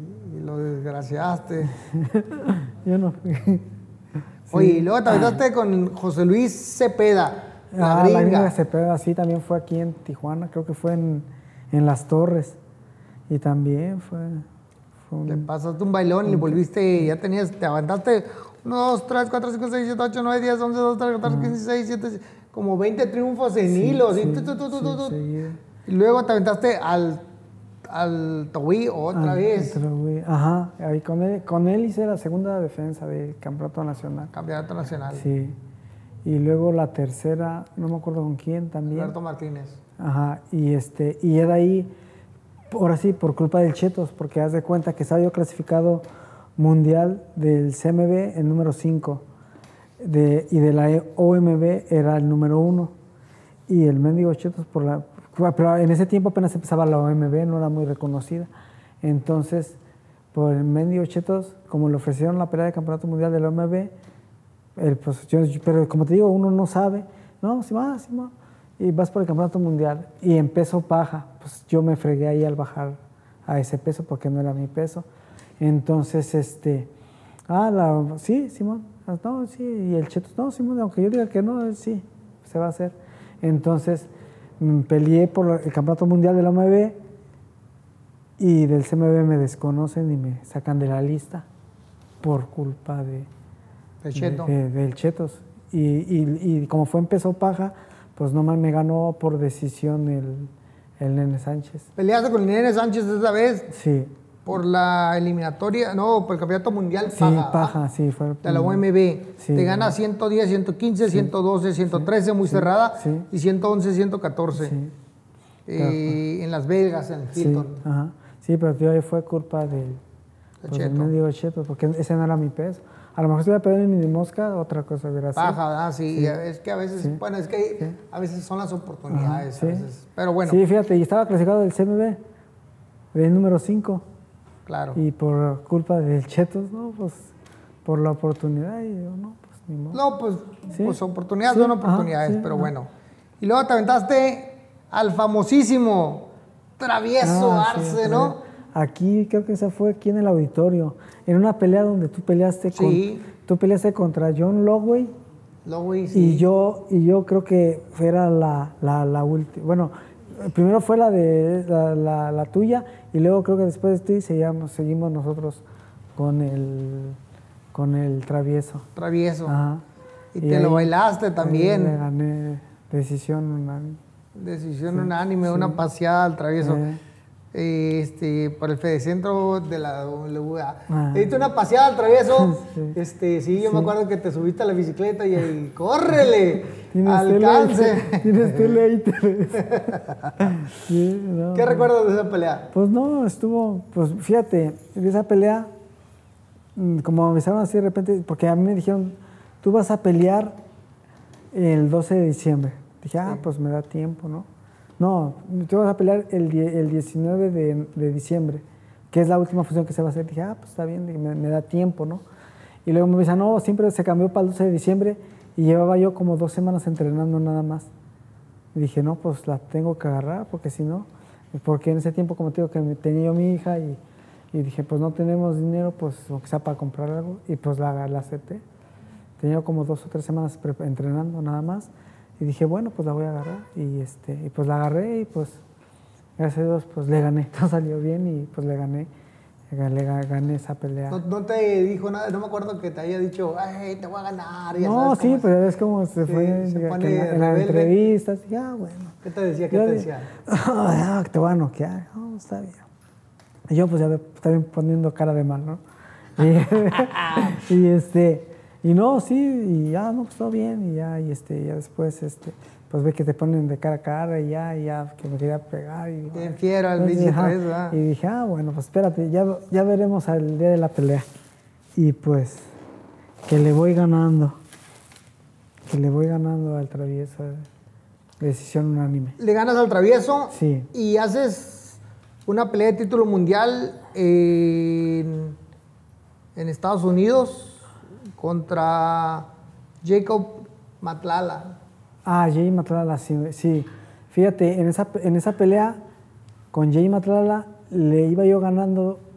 Speaker 1: Lo desgraciaste.
Speaker 2: Yo no fui.
Speaker 1: Oye, y luego te aventaste con José Luis Cepeda, la
Speaker 2: ah, la gringa
Speaker 1: gringa.
Speaker 2: Cepeda, sí, también fue aquí en Tijuana, creo que fue en, en Las Torres. Y también fue, fue un-
Speaker 1: Le pasaste un bailón y volviste, ya tenías, te aventaste uno, dos, tres, cuatro, cinco, seis, siete, ocho, nueve, diez, once, doce, trece, catorce, quince, dieciséis, diecisiete, como veinte triunfos en hilos. y,
Speaker 2: sí,
Speaker 1: tu, tu, tu, tu,
Speaker 2: sí,
Speaker 1: tu, tu.
Speaker 2: seguido.
Speaker 1: Y luego te aventaste al, al Togui otra
Speaker 2: Ah,
Speaker 1: vez.
Speaker 2: otro güey. Ajá, ahí con él, con él hice la segunda defensa del campeonato nacional.
Speaker 1: Campeonato nacional.
Speaker 2: Sí. Y luego la tercera, no me acuerdo con quién también.
Speaker 1: Alberto Martínez.
Speaker 2: Ajá, y este, y era ahí, ahora sí, por culpa del Chetos, porque haz de cuenta que estaba yo clasificado mundial del C M B el número cinco de, y de la O M B era el número uno. Y el mendigo Chetos, por la, pero en ese tiempo apenas empezaba la O M B, no era muy reconocida. Entonces, por el mendigo Chetos, como le ofrecieron la pelea de campeonato mundial de la O M B, el, pues, yo- pero como te digo, uno no sabe, no, si va, si va, y vas por el campeonato mundial, y en peso paja, pues yo me fregué ahí al bajar a ese peso porque no era mi peso. Entonces, este, ah, la, sí, Simón, ah, no, sí, y el Chetos, no, Simón, aunque yo diga que no, él sí, se va a hacer. Entonces, mm, peleé por el campeonato mundial de la O M B y del C M B me desconocen y me sacan de la lista por culpa de,
Speaker 1: De Cheto.
Speaker 2: de- de- del Chetos. Y, y- y como fue en peso paja, pues nomás me ganó por decisión el, el Nene Sánchez.
Speaker 1: Peleaste con el Nene Sánchez esta vez
Speaker 2: Sí,
Speaker 1: por la eliminatoria, no, por el campeonato mundial
Speaker 2: sí,
Speaker 1: paja.
Speaker 2: paja,
Speaker 1: ¿ah?
Speaker 2: sí, fue.
Speaker 1: De la O M B.
Speaker 2: Sí,
Speaker 1: Te gana
Speaker 2: ¿no?
Speaker 1: ciento diez, ciento quince, ciento doce, ciento trece, muy cerrada,
Speaker 2: sí.
Speaker 1: y ciento once, ciento catorce.
Speaker 2: Sí,
Speaker 1: Eh, en Las Vegas, en
Speaker 2: sí,
Speaker 1: Hilton.
Speaker 2: ajá. Sí, pero tío, ahí fue culpa del, pues, del
Speaker 1: Cheto.
Speaker 2: mendigo Cheto, porque ese no era mi peso. A lo mejor si hubiera pedido en mi mosca, otra cosa hubiera sido.
Speaker 1: Paja, ¿verdad? Sí, es que a veces,
Speaker 2: Sí.
Speaker 1: bueno, es que a veces son las oportunidades,
Speaker 2: Ajá,
Speaker 1: a
Speaker 2: sí.
Speaker 1: veces. Pero bueno,
Speaker 2: Sí, fíjate, y estaba clasificado del C M B, del número cinco.
Speaker 1: claro.
Speaker 2: Y por culpa del Chetos, ¿no? Pues por la oportunidad, y yo, no, pues ni modo.
Speaker 1: No, pues,
Speaker 2: Sí.
Speaker 1: pues oportunidades
Speaker 2: Sí,
Speaker 1: son
Speaker 2: ajá,
Speaker 1: oportunidades,
Speaker 2: sí,
Speaker 1: pero
Speaker 2: ajá.
Speaker 1: bueno. Y luego te aventaste al famosísimo Travieso
Speaker 2: Ah, sí,
Speaker 1: Arce,
Speaker 2: otra
Speaker 1: ¿no?
Speaker 2: vez. Aquí creo que esa fue aquí en el auditorio, en una pelea donde tú peleaste con,
Speaker 1: Sí.
Speaker 2: tú peleaste contra John Lowey
Speaker 1: Luego, y sí.
Speaker 2: y yo y yo creo que era la, la, la última. Bueno, primero fue la de la, la, la tuya y luego creo que después de ti seguimos, seguimos nosotros con el con el Travieso.
Speaker 1: Travieso.
Speaker 2: Ajá.
Speaker 1: Y te lo bailaste
Speaker 2: ahí
Speaker 1: también.
Speaker 2: le gané decisión unánime.
Speaker 1: Decisión unánime, una paseada al Travieso.
Speaker 2: Eh.
Speaker 1: Este, por el Fedecentro de la W A.
Speaker 2: Ah.
Speaker 1: Te diste una paseada al Travieso.
Speaker 2: Sí.
Speaker 1: Este, sí, yo me acuerdo que te subiste a la bicicleta y ahí, ¡córrele!
Speaker 2: Tienes tele,
Speaker 1: ¡Alcance!
Speaker 2: tienes tele ahí te ves. Sí, no,
Speaker 1: ¿Qué
Speaker 2: no.
Speaker 1: recuerdas de esa pelea?
Speaker 2: Pues no, estuvo, pues fíjate, de esa pelea, mm, como me avisaron así de repente, porque a mí me dijeron, tú vas a pelear el doce de diciembre. Dije, ah, pues me da tiempo, ¿no? No, tú vas a pelear el, die- el diecinueve de, de diciembre, que es la última función que se va a hacer. Dije, ah, pues está bien, dije, me, me da tiempo, ¿no? Y luego me avisan, no, siempre se cambió para el doce de diciembre y llevaba yo como dos semanas entrenando nada más. Y dije, no, pues la tengo que agarrar, porque si no, porque en ese tiempo, como te digo, que me- tenía yo mi hija y, y dije, pues no tenemos dinero, pues aunque sea para comprar algo, y pues la, la acepté. Tenía yo como dos o tres semanas pre- entrenando nada más, y dije, bueno, pues la voy a agarrar, y, este, y pues la agarré, y pues, gracias a Dios, pues le gané, todo salió bien, y pues le gané, le ga- gané esa pelea.
Speaker 1: No, no te dijo nada, no me acuerdo que te haya dicho, ay, te voy a ganar. ya
Speaker 2: No,
Speaker 1: sabes
Speaker 2: sí,
Speaker 1: cómo es.
Speaker 2: pero es como se
Speaker 1: Sí,
Speaker 2: fue
Speaker 1: se
Speaker 2: que- que
Speaker 1: pone
Speaker 2: en la, en las
Speaker 1: rebelde.
Speaker 2: entrevistas, y ya, bueno.
Speaker 1: ¿Qué te decía? ¿Qué
Speaker 2: Yo
Speaker 1: te
Speaker 2: de-
Speaker 1: decía?
Speaker 2: Ah, que te voy a noquear. No, está bien. Y yo pues ya ve- también poniendo cara de mal, ¿no? Y, y, este, y no, sí, y ya, no, pues todo bien, y ya, y este, ya después, este, pues ve que te ponen de cara a cara, y ya, y ya, que me quería pegar. Y,
Speaker 1: Bien fiero al
Speaker 2: Entonces,
Speaker 1: bici
Speaker 2: ajá,
Speaker 1: otra vez, ¿verdad?
Speaker 2: y dije, ah, bueno, pues espérate, ya, ya veremos al día de la pelea. Y pues, que le voy ganando, que le voy ganando al Travieso, eh, decisión unánime.
Speaker 1: Le ganas al Travieso
Speaker 2: Sí.
Speaker 1: y haces una pelea de título mundial en, en Estados Unidos contra Jacob Matlala.
Speaker 2: Ah, Jay Matlala, sí, sí. Fíjate, en esa, en esa pelea con Jay Matlala le iba yo ganando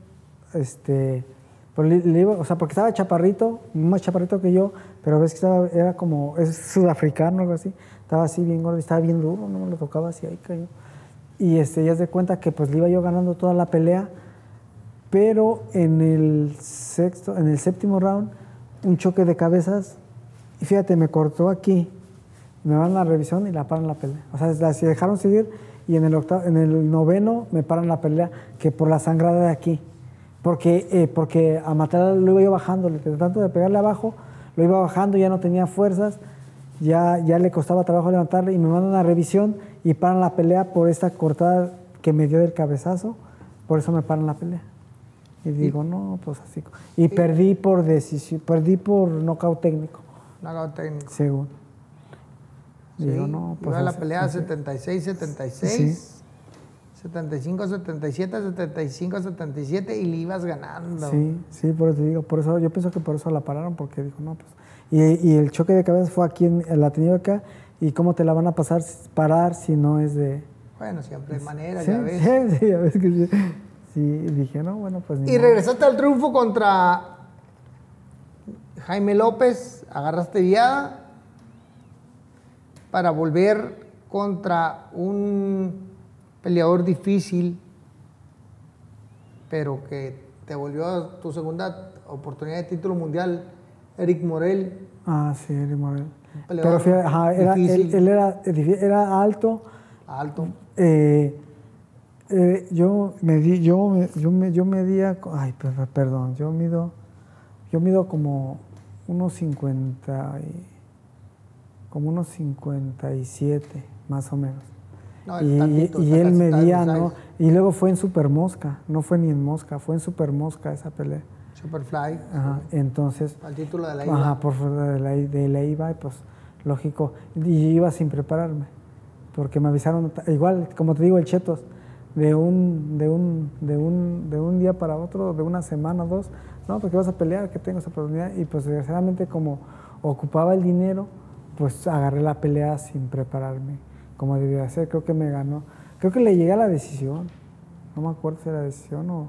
Speaker 2: este, pues le, le iba, o sea, porque estaba chaparrito, más chaparrito que yo, pero ves que estaba, era como, es sudafricano, algo así, estaba así bien gordo, estaba bien duro, no me lo tocaba así, ahí cayó. Y este, ya se cuenta que pues le iba yo ganando toda la pelea, pero en el sexto, en el séptimo round, un choque de cabezas, y fíjate, me cortó aquí, me van a la revisión y la paran la pelea. O sea, la se dejaron seguir y en el, octavo, en el noveno me paran la pelea, que por la sangrada de aquí. Porque, eh, porque a Matala lo iba yo bajando, de tanto de pegarle abajo, lo iba bajando, ya no tenía fuerzas, ya, ya le costaba trabajo levantarle y me mandan a revisión y paran la pelea por esta cortada que me dio del cabezazo, por eso me paran la pelea. Y digo, no, pues así. Y perdí por decisión, perdí por nocaut técnico.
Speaker 1: Nocaut técnico.
Speaker 2: Según.
Speaker 1: Sí,
Speaker 2: digo, no, pues
Speaker 1: iba la
Speaker 2: así,
Speaker 1: pelea
Speaker 2: así.
Speaker 1: setenta y seis setenta y seis, setenta y cinco setenta y siete, setenta y cinco setenta y siete y le ibas ganando.
Speaker 2: Sí, sí, por eso te digo, por eso, yo pienso que por eso la pararon, porque dijo, no, pues. Y, y el choque de cabezas fue aquí, en, la tenía acá, y cómo te la van a pasar, parar si no es de.
Speaker 1: Bueno, siempre hay manera,
Speaker 2: Sí,
Speaker 1: ya ves.
Speaker 2: sí, sí, ya ves que sí. Sí, dije, no, bueno, pues ni
Speaker 1: Y
Speaker 2: modo.
Speaker 1: regresaste al triunfo contra Jaime López, agarraste viada para volver contra un peleador difícil, pero que te volvió a tu segunda oportunidad de título mundial, Eric Morel.
Speaker 2: Ah, sí, Eric Morel.
Speaker 1: Un peleador
Speaker 2: Pero fíjate, ajá, era, él,
Speaker 1: difícil.
Speaker 2: él era, era alto.
Speaker 1: Alto.
Speaker 2: Eh, eh, yo medí, yo, me- yo, me, yo medía, ay, per- per- perdón, yo mido, yo mido como unos cincuenta y, como unos cincuenta y siete, más o menos.
Speaker 1: No,
Speaker 2: y
Speaker 1: tantito,
Speaker 2: y
Speaker 1: está
Speaker 2: él
Speaker 1: casi- está
Speaker 2: medía,
Speaker 1: en
Speaker 2: ¿no?
Speaker 1: size.
Speaker 2: Y luego fue en Super Mosca, no fue ni en Mosca, fue en Super Mosca esa pelea.
Speaker 1: Superfly.
Speaker 2: Ajá, entonces,
Speaker 1: Al título de la I V A.
Speaker 2: ajá, por fuera de la, de la I V A, pues lógico. Y iba sin prepararme, porque me avisaron, ta- igual, como te digo, el Chetos, de un, de un, de un, de un día para otro, de una semana, dos, no, porque vas a pelear, que tengo esa oportunidad. Y pues desgraciadamente como ocupaba el dinero, pues agarré la pelea sin prepararme, como debía ser. Creo que me ganó, creo que le llegué a la decisión, no me acuerdo si era decisión o...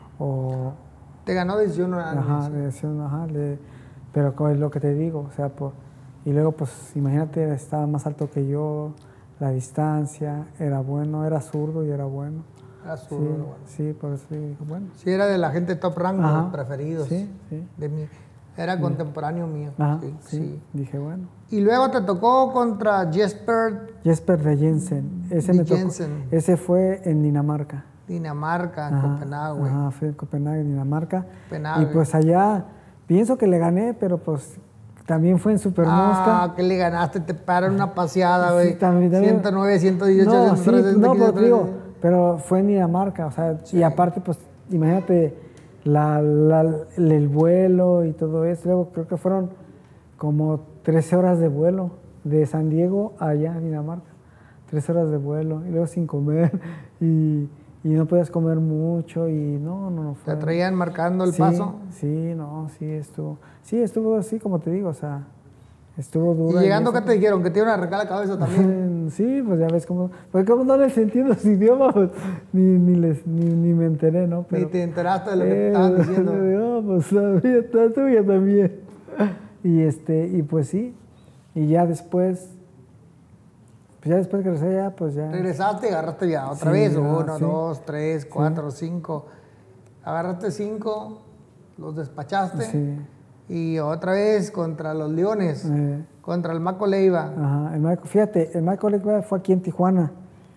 Speaker 2: o
Speaker 1: Te ganó decisión unánime.
Speaker 2: Ajá,
Speaker 1: sí.
Speaker 2: le decían, ajá, le- pero como es lo que te digo, o sea, por, y luego pues imagínate, estaba más alto que yo, la distancia, era bueno, era zurdo y era bueno.
Speaker 1: Era
Speaker 2: Sí,
Speaker 1: zurdo, bueno.
Speaker 2: sí, por eso dije, bueno.
Speaker 1: Sí, era de la gente top rank,
Speaker 2: Ajá,
Speaker 1: los preferidos.
Speaker 2: sí, sí.
Speaker 1: De mí. Era contemporáneo mío.
Speaker 2: Ajá,
Speaker 1: sí,
Speaker 2: sí,
Speaker 1: sí.
Speaker 2: dije, bueno.
Speaker 1: Y luego te tocó contra Jesper,
Speaker 2: Jesper de Jensen, ese
Speaker 1: De
Speaker 2: me tocó,
Speaker 1: Jensen.
Speaker 2: ese fue en Dinamarca.
Speaker 1: Dinamarca,
Speaker 2: Ajá,
Speaker 1: Copenhague.
Speaker 2: Ajá, fue en Copenhague, Dinamarca.
Speaker 1: Copenhague.
Speaker 2: Y pues allá, pienso que le gané, pero pues también fue en Super Mosca.
Speaker 1: Ah, que le ganaste, te paran una paseada,
Speaker 2: Sí,
Speaker 1: güey.
Speaker 2: también, también.
Speaker 1: ciento nueve, ciento dieciocho,
Speaker 2: No,
Speaker 1: ciento
Speaker 2: sí,
Speaker 1: trece,
Speaker 2: no,
Speaker 1: ciento
Speaker 2: pero te digo,
Speaker 1: quince.
Speaker 2: pero fue en Dinamarca, o sea, y aparte, pues, imagínate la, la- el vuelo y todo eso. Luego creo que fueron como trece horas de vuelo de San Diego allá a Dinamarca. trece horas de vuelo y luego sin comer y, y no podías comer mucho y no, no, no fue.
Speaker 1: Te traían marcando el
Speaker 2: Sí,
Speaker 1: paso.
Speaker 2: Sí, no, sí estuvo. Sí, estuvo así como te digo, o sea, estuvo
Speaker 1: Y
Speaker 2: duro.
Speaker 1: llegando, ¿qué te dijeron? Que te iban a arrancar la cabeza también.
Speaker 2: Sí, pues ya ves cómo. Pues como no les entiendo su idioma, pues ni, ni, les, ni, ni me enteré, ¿no?
Speaker 1: Ni te enteraste de lo que te
Speaker 2: Eh,
Speaker 1: estaban diciendo.
Speaker 2: No, pues la mía, la tuya también. Y este, y pues sí. Y ya después, pues ya después que regresé ya, pues ya.
Speaker 1: Regresaste y agarraste ya otra
Speaker 2: Sí,
Speaker 1: vez.
Speaker 2: ya,
Speaker 1: Uno,
Speaker 2: sí.
Speaker 1: dos, tres, cuatro, cinco. Agarraste cinco, los despachaste.
Speaker 2: Sí.
Speaker 1: Y otra vez contra los Leones,
Speaker 2: Eh,
Speaker 1: contra el Maco Leiva.
Speaker 2: Ajá, el Marco, fíjate, el Marco Leiva fue aquí en Tijuana.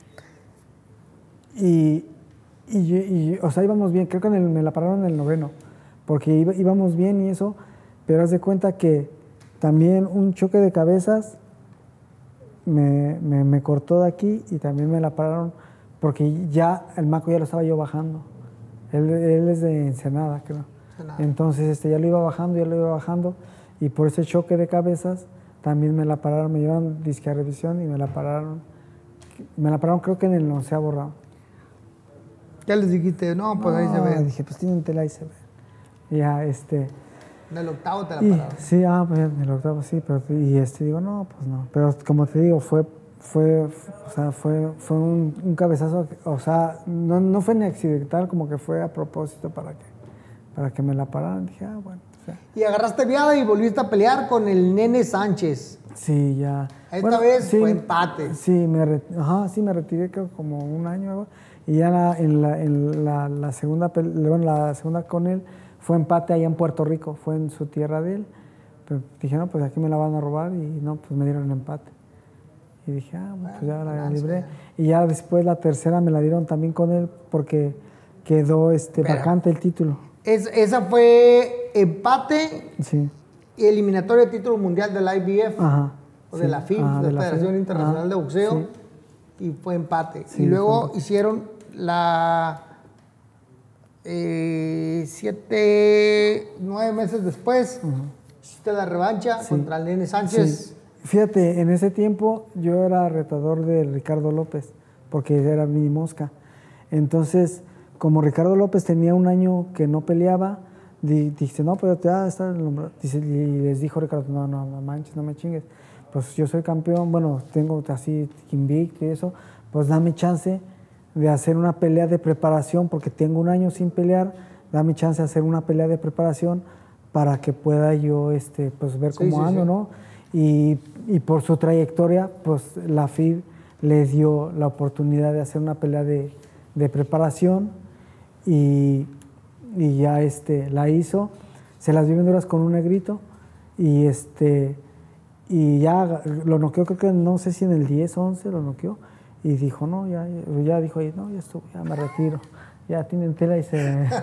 Speaker 2: Y, y, yo- y, o sea, íbamos bien, creo que en el- me la pararon en el noveno, porque iba- íbamos bien y eso, pero haz de cuenta que también un choque de cabezas me, me, me cortó de aquí y también me la pararon, porque ya el Maco ya lo estaba yo bajando. Él, él es de Ensenada, creo.
Speaker 1: Ensenada.
Speaker 2: Entonces este, ya lo iba bajando, ya lo iba bajando, y por ese choque de cabezas también me la pararon, me llevaron disque a revisión y me la pararon. Me la pararon creo que en el onceavo round.
Speaker 1: Ya les dijiste, no, pues ahí se
Speaker 2: No,
Speaker 1: ve.
Speaker 2: Dije, pues tienen tela ahí se ve. Y ya, este...
Speaker 1: En el octavo te la
Speaker 2: y-
Speaker 1: pararon.
Speaker 2: sí, ah, pues en el octavo sí, pero y este digo, no, pues no. Pero como te digo, fue, fue, o sea, fue, fue un, un cabezazo, o sea, no, no fue ni accidental, como que fue a propósito para que, para que me la pararan. Dije, ah, bueno. O sea,
Speaker 1: Y agarraste viada y volviste a pelear con el Nene Sánchez.
Speaker 2: sí, ya.
Speaker 1: Esta
Speaker 2: Bueno,
Speaker 1: vez
Speaker 2: sí,
Speaker 1: fue empate.
Speaker 2: Sí, me, re- ajá, sí, me retiré creo como un año. Algo, y ya la- en, la, en la, la segunda pel- bueno, la segunda con él fue empate allá en Puerto Rico, fue en su tierra de él. Pero dije, no, pues aquí me la van a robar y no, pues me dieron empate. Y dije, ah, bueno, pues ya la
Speaker 1: ganancia,
Speaker 2: libré. Y ya después la tercera me la dieron también con él porque quedó este,
Speaker 1: Espera.
Speaker 2: vacante el título.
Speaker 1: Es- esa fue empate
Speaker 2: Sí,
Speaker 1: y eliminatoria de título mundial de la I B F.
Speaker 2: ajá.
Speaker 1: O
Speaker 2: sí,
Speaker 1: de la F I B,
Speaker 2: ajá,
Speaker 1: la
Speaker 2: de la
Speaker 1: Federación
Speaker 2: F I B.
Speaker 1: Internacional
Speaker 2: Ajá,
Speaker 1: de Boxeo,
Speaker 2: sí.
Speaker 1: y fue empate.
Speaker 2: Sí,
Speaker 1: y luego
Speaker 2: fue empate.
Speaker 1: hicieron la eh, siete, nueve meses después, hiciste la revancha
Speaker 2: Sí.
Speaker 1: contra el Nene Sánchez.
Speaker 2: Sí. Fíjate, en ese tiempo yo era retador de Ricardo López, porque era mini mosca. Entonces, como Ricardo López tenía un año que no peleaba, di- dije, no, pero ya está el nombre. Dice, y les dijo Ricardo, no, no, no manches, no me chingues. Pues yo soy campeón, bueno, tengo así invicto y eso, pues dame chance de hacer una pelea de preparación, porque tengo un año sin pelear, dame chance de hacer una pelea de preparación para que pueda yo este, pues, ver
Speaker 1: Sí,
Speaker 2: cómo
Speaker 1: sí,
Speaker 2: ando,
Speaker 1: sí.
Speaker 2: ¿no? Y, y por su trayectoria, pues la F I B le dio la oportunidad de hacer una pelea de, de preparación y, y ya este, la hizo. Se las dio bien duras con un negrito y, este, y ya lo noqueó, creo que no sé si en el diez, once lo noqueó. Y dijo, no, ya, ya dijo, no, ya estuvo, ya me retiro. Ya tienen tela y se...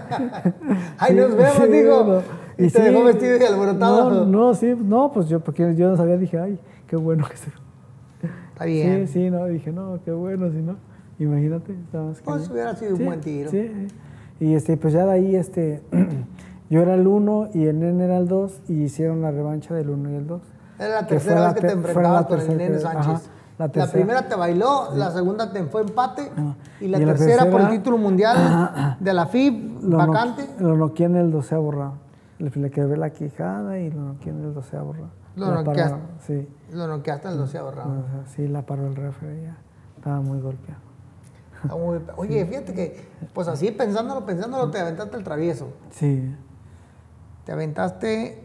Speaker 1: Ahí
Speaker 2: Sí,
Speaker 1: nos vemos,
Speaker 2: sí,
Speaker 1: digo.
Speaker 2: bueno.
Speaker 1: Y te dejó vestido y alborotado.
Speaker 2: No, no, sí, no, pues yo, porque yo no sabía, dije, ay, qué bueno que se...
Speaker 1: Está bien.
Speaker 2: Sí, sí, no, dije, no, qué bueno, si no, imagínate, está más
Speaker 1: Pues
Speaker 2: cañón.
Speaker 1: hubiera sido un
Speaker 2: Sí,
Speaker 1: buen tiro.
Speaker 2: Sí, y este, pues ya de ahí, este, yo era el uno y el Nene era el dos y hicieron la revancha del uno y el dos.
Speaker 1: Era la
Speaker 2: Que
Speaker 1: tercera
Speaker 2: fue
Speaker 1: vez que
Speaker 2: te-
Speaker 1: te
Speaker 2: fue
Speaker 1: enfrentabas
Speaker 2: la
Speaker 1: con el
Speaker 2: tercera
Speaker 1: Nene
Speaker 2: que-
Speaker 1: Sánchez.
Speaker 2: ajá, la
Speaker 1: la,
Speaker 2: tercera.
Speaker 1: primera te bailó, la segunda te fue empate
Speaker 2: Ajá.
Speaker 1: y la
Speaker 2: Y la
Speaker 1: tercera por el
Speaker 2: tercera-
Speaker 1: título mundial de la F I B
Speaker 2: Lo, no-
Speaker 1: vacante.
Speaker 2: lo noqueé en el doceavo round. Le, le quebré la quijada y lo noqueé en el doceavo round.
Speaker 1: Lo
Speaker 2: La
Speaker 1: noqueaste.
Speaker 2: paró, sí.
Speaker 1: Lo noqueaste en el doceavo round.
Speaker 2: O sea, sí, la paró el referee ya. Estaba muy golpeado.
Speaker 1: Está muy- Oye, fíjate que, pues así pensándolo, pensándolo, te aventaste el travieso.
Speaker 2: Sí,
Speaker 1: Te aventaste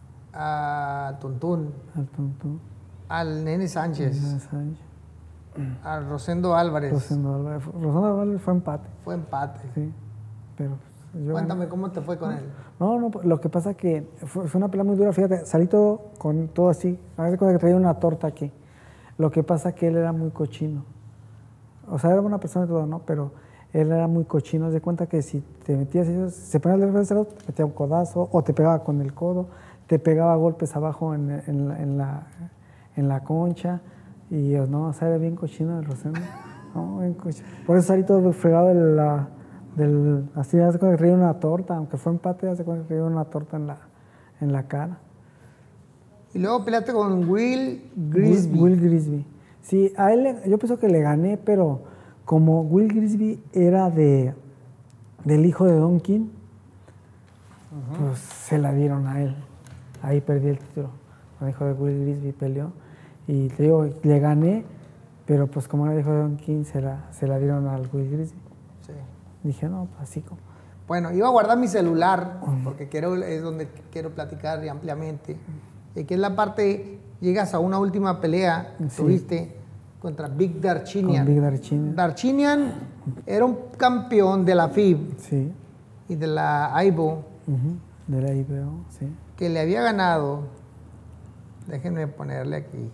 Speaker 1: a Tuntún,
Speaker 2: al tonto.
Speaker 1: al Nene Sánchez,
Speaker 2: Sánchez.
Speaker 1: a Rosendo Álvarez.
Speaker 2: Rosendo Álvarez. Rosendo Álvarez fue empate,
Speaker 1: Fue empate.
Speaker 2: sí. Pero pues, yo
Speaker 1: Cuéntame
Speaker 2: gané.
Speaker 1: cómo te fue con él.
Speaker 2: No, no, lo que pasa que fue, fue una pelea muy dura, fíjate, salí todo con todo así, a veces cuando traía una torta aquí. Lo que pasa que él era muy cochino. O sea, era buena persona y todo, ¿no? Pero él era muy cochino. Haz de cuenta que si te metías, se ponía el reverso, te metía un codazo, o te pegaba con el codo, te pegaba golpes abajo en, en la, en, la, en la concha. Y yo, no, o sea, era bien cochino el Rosendo. No, bien cochino. Por eso salí todo fregado de la, del... Así, hace cuenta que traía una torta, aunque fue empate, hace cuenta que traía una torta en la, en la cara.
Speaker 1: Y luego peleaste con Will Grisby.
Speaker 2: Will, Will Grisby. Sí, a él le- yo pienso que le gané, pero como Will Grisby era de, del hijo de Don King, pues se la dieron a él. Ahí perdí el título. El hijo de Will Grisby peleó. Y te digo, le gané, pero pues como era el hijo de Don King, se la, se la dieron al Will Grisby.
Speaker 1: Sí.
Speaker 2: Dije, no, pues así como.
Speaker 1: Bueno, iba a guardar mi celular porque quiero, es donde quiero platicar ampliamente. Y aquí es la parte, llegas a una última pelea que
Speaker 2: Sí.
Speaker 1: tuviste contra Big
Speaker 2: Con
Speaker 1: Darchinian.
Speaker 2: Big Darchinian.
Speaker 1: Darchinian era un campeón de la F I B
Speaker 2: Sí.
Speaker 1: y de la A I B O
Speaker 2: Ujú. De la I B O, sí.
Speaker 1: que le había ganado, déjenme ponerle aquí,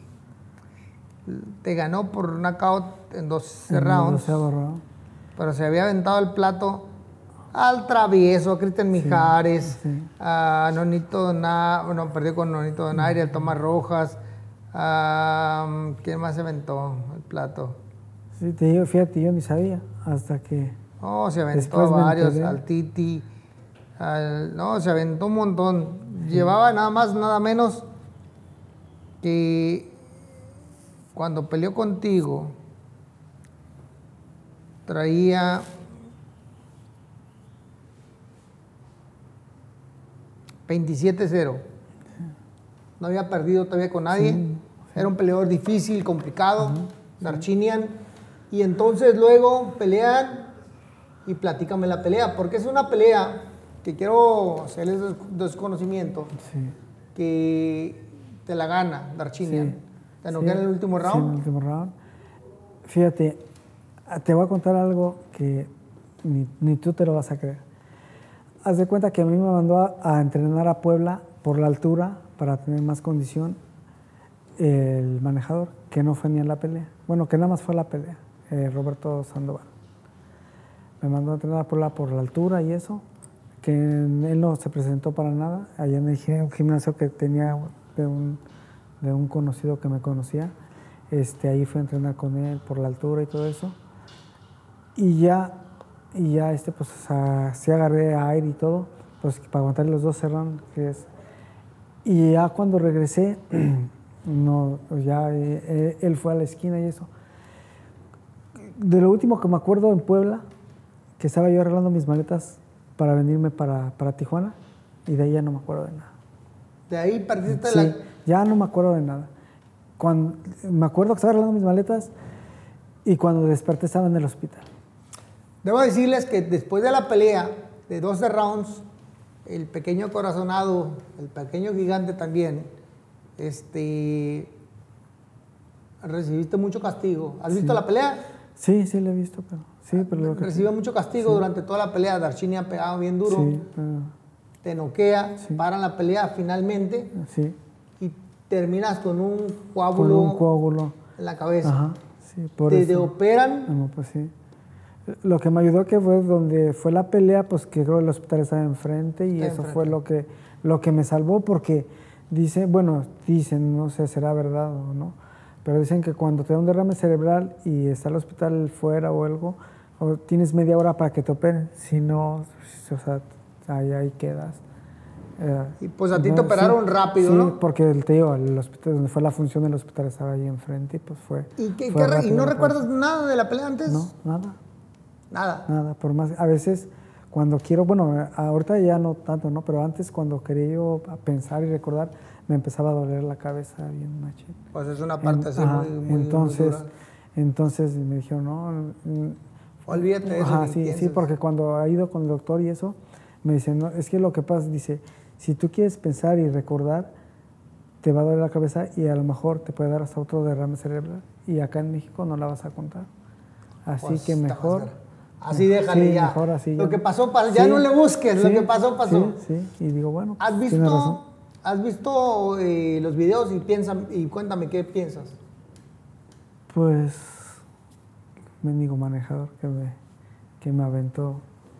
Speaker 1: te ganó por knockout en dos
Speaker 2: En el
Speaker 1: rounds,
Speaker 2: doceavo round.
Speaker 1: pero se había aventado el plato al Travieso, a Cristian Mijares,
Speaker 2: sí.
Speaker 1: a Nonito Donaire, bueno, perdió con Nonito Donaire, a Tomás Rojas, a, ¿quién más se aventó el plato?
Speaker 2: Sí, te digo, fíjate, yo ni sabía hasta que...
Speaker 1: No, se aventó
Speaker 2: Después
Speaker 1: a
Speaker 2: me
Speaker 1: varios,
Speaker 2: enteré.
Speaker 1: al Titi, al- no, se aventó un montón. Llevaba nada más, nada menos que cuando peleó contigo, traía veintisiete cero. No había perdido todavía con nadie. Era un peleador difícil, complicado, Darchinian. Y entonces luego pelean y platícame la pelea, porque es una pelea que quiero hacerles des- desconocimiento,
Speaker 2: Sí.
Speaker 1: que te la gana Darchinyan.
Speaker 2: Sí.
Speaker 1: Te noquea
Speaker 2: Sí,
Speaker 1: en el último
Speaker 2: sí,
Speaker 1: round.
Speaker 2: en el último round. Fíjate, ah, te voy a contar algo que ni, ni tú te lo vas a creer. Haz de cuenta que a mí me mandó a, a entrenar a Puebla por la altura para tener más condición el manejador, que no fue ni a la pelea. Bueno, que nada más fue a la pelea, eh, Roberto Sandoval. Me mandó a entrenar a Puebla por la altura y eso, que él no se presentó para nada. Allá en el gi- un gimnasio que tenía de un, de un conocido que me conocía. Este, ahí fui a entrenar con él por la altura y todo eso. Y ya, y ya este, pues, o sea, sí agarré aire y todo, pues para aguantar los dos rounds que es. Y ya cuando regresé, no, pues ya eh, eh, él fue a la esquina y eso. De lo último que me acuerdo en Puebla, que estaba yo arreglando mis maletas para venirme para, para Tijuana, y de ahí ya no me acuerdo de nada.
Speaker 1: De ahí perdiste
Speaker 2: Sí,
Speaker 1: la...
Speaker 2: ya no me acuerdo de nada. Cuando, me acuerdo que estaba arreglando mis maletas y cuando desperté estaba en el hospital.
Speaker 1: Debo decirles que después de la pelea de doce rounds, el pequeño corazonado, el pequeño gigante también, este, recibiste mucho castigo. ¿Has visto la pelea?
Speaker 2: Sí, sí lo he visto, pero sí, pero lo que
Speaker 1: Recibió mucho castigo
Speaker 2: Sí.
Speaker 1: durante toda la pelea. Darchinyan ha pegado bien duro,
Speaker 2: sí, pero-
Speaker 1: te noquea,
Speaker 2: Sí.
Speaker 1: paran la pelea finalmente
Speaker 2: sí,
Speaker 1: y terminas con un
Speaker 2: con
Speaker 1: coágulo
Speaker 2: un coágulo.
Speaker 1: en la cabeza.
Speaker 2: Ajá, sí, por
Speaker 1: te,
Speaker 2: eso.
Speaker 1: te operan.
Speaker 2: No, pues sí. Lo que me ayudó que fue donde fue la pelea, pues que creo que el hospital estaba enfrente y
Speaker 1: Está
Speaker 2: eso
Speaker 1: enfrente.
Speaker 2: fue lo que, lo que me salvó porque dice, bueno, dicen, no sé, será verdad o no, pero dicen que cuando te da un derrame cerebral y está el hospital fuera o algo, o tienes media hora para que te operen, si no, o sea, ahí, ahí quedas. Eh,
Speaker 1: Y pues a ti te
Speaker 2: no,
Speaker 1: operaron rápido,
Speaker 2: sí,
Speaker 1: ¿no?
Speaker 2: porque el, te digo, el hospital, donde fue la función del hospital estaba ahí enfrente y pues fue.
Speaker 1: ¿Y, qué-
Speaker 2: fue
Speaker 1: qué re- ¿y
Speaker 2: rápido
Speaker 1: no
Speaker 2: la
Speaker 1: recuerdas
Speaker 2: cosa.
Speaker 1: nada de la pelea antes?
Speaker 2: No, nada.
Speaker 1: Nada.
Speaker 2: Nada, por más, a veces cuando quiero, bueno, ahorita ya no tanto, ¿no? Pero antes cuando quería yo pensar y recordar, me empezaba a doler la cabeza bien machín.
Speaker 1: Pues es una parte
Speaker 2: En-
Speaker 1: así
Speaker 2: ajá,
Speaker 1: muy, muy, muy
Speaker 2: entonces,
Speaker 1: dura.
Speaker 2: entonces me dijeron, no, mm,
Speaker 1: Olvídate de eso.
Speaker 2: ajá,
Speaker 1: ni
Speaker 2: sí, sí,
Speaker 1: pienses.
Speaker 2: porque cuando ha ido con el doctor y eso, me dicen, no, es que lo que pasa, dice, si tú quieres pensar y recordar, te va a doler la cabeza y a lo mejor te puede dar hasta otro derrame cerebral y acá en México no la vas a contar. Así
Speaker 1: Pues,
Speaker 2: que
Speaker 1: está más
Speaker 2: mejor...
Speaker 1: grave. Así déjale
Speaker 2: sí,
Speaker 1: ya.
Speaker 2: mejor así
Speaker 1: Lo
Speaker 2: ya.
Speaker 1: que pasó, pa- ya
Speaker 2: Sí,
Speaker 1: no le busques, lo
Speaker 2: sí,
Speaker 1: que pasó, pasó.
Speaker 2: Sí, sí, y digo, bueno,
Speaker 1: ¿Has
Speaker 2: pues, tiene razón.
Speaker 1: visto, has visto eh, los videos y piensa, y cuéntame qué piensas?
Speaker 2: Pues, mendigo manejador que me, que me aventó.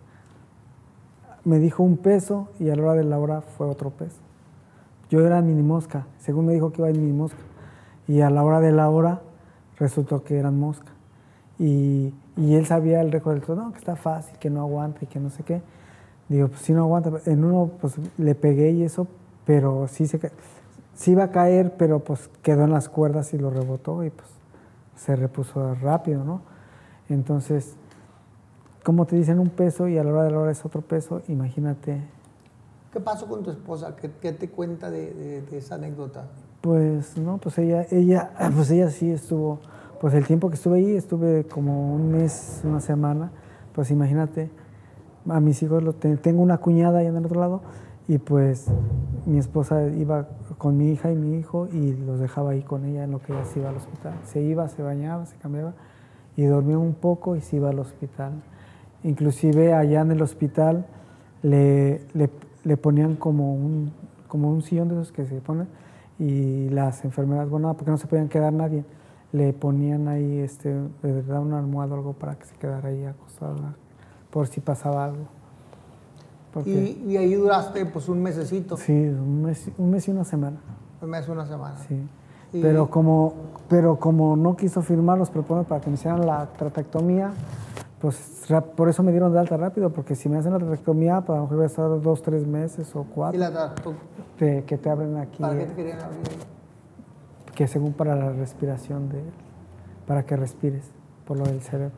Speaker 2: Me dijo un peso y a la hora de la hora fue otro peso. Yo era mini mosca, según me dijo que iba en mini mosca. Y a la hora de la hora resultó que eran mosca. Y, y él sabía el récord del todo, no, que está fácil, que no aguanta y que no sé qué. Digo, pues sí no aguanta. En uno pues le pegué y eso, pero sí se ca- sí iba a caer, pero pues quedó en las cuerdas y lo rebotó y pues se repuso rápido, ¿no? Entonces, como te dicen un peso y a la hora de la hora es otro peso, imagínate.
Speaker 1: ¿Qué pasó con tu esposa? ¿Qué, qué te cuenta de, de- de esa anécdota?
Speaker 2: Pues no, pues ella, ella, pues ella sí estuvo, pues el tiempo que estuve ahí, estuve como un mes, una semana, pues imagínate, a mis hijos, lo te- tengo una cuñada allá en el otro lado, y pues mi esposa iba con mi hija y mi hijo y los dejaba ahí con ella en lo que ella se iba al hospital. Se iba, se bañaba, se cambiaba y dormía un poco y se iba al hospital. Inclusive allá en el hospital le, le, le ponían como un, como un sillón de esos que se ponen y las enfermeras, bueno, porque no se podían quedar nadie, le ponían ahí este, de verdad una almohada o algo para que se quedara ahí acostada por si pasaba algo. Porque,
Speaker 1: Y, y ahí duraste pues un mesecito,
Speaker 2: sí, un mes, un mes y una semana.
Speaker 1: un mes, una semana.
Speaker 2: Sí.
Speaker 1: Y-
Speaker 2: Pero como, pero como no quiso firmar los propones para que me hicieran la traqueotomía, pues ra- por eso me dieron de alta rápido, porque si me hacen la traqueotomía, pues a lo mejor voy a estar dos, tres meses o
Speaker 1: ¿Y
Speaker 2: cuatro,
Speaker 1: la trató?
Speaker 2: te- que te abren aquí,
Speaker 1: ¿Para qué
Speaker 2: eh,
Speaker 1: te querían abrir?
Speaker 2: que según para la respiración, de, para que respires por lo del cerebro.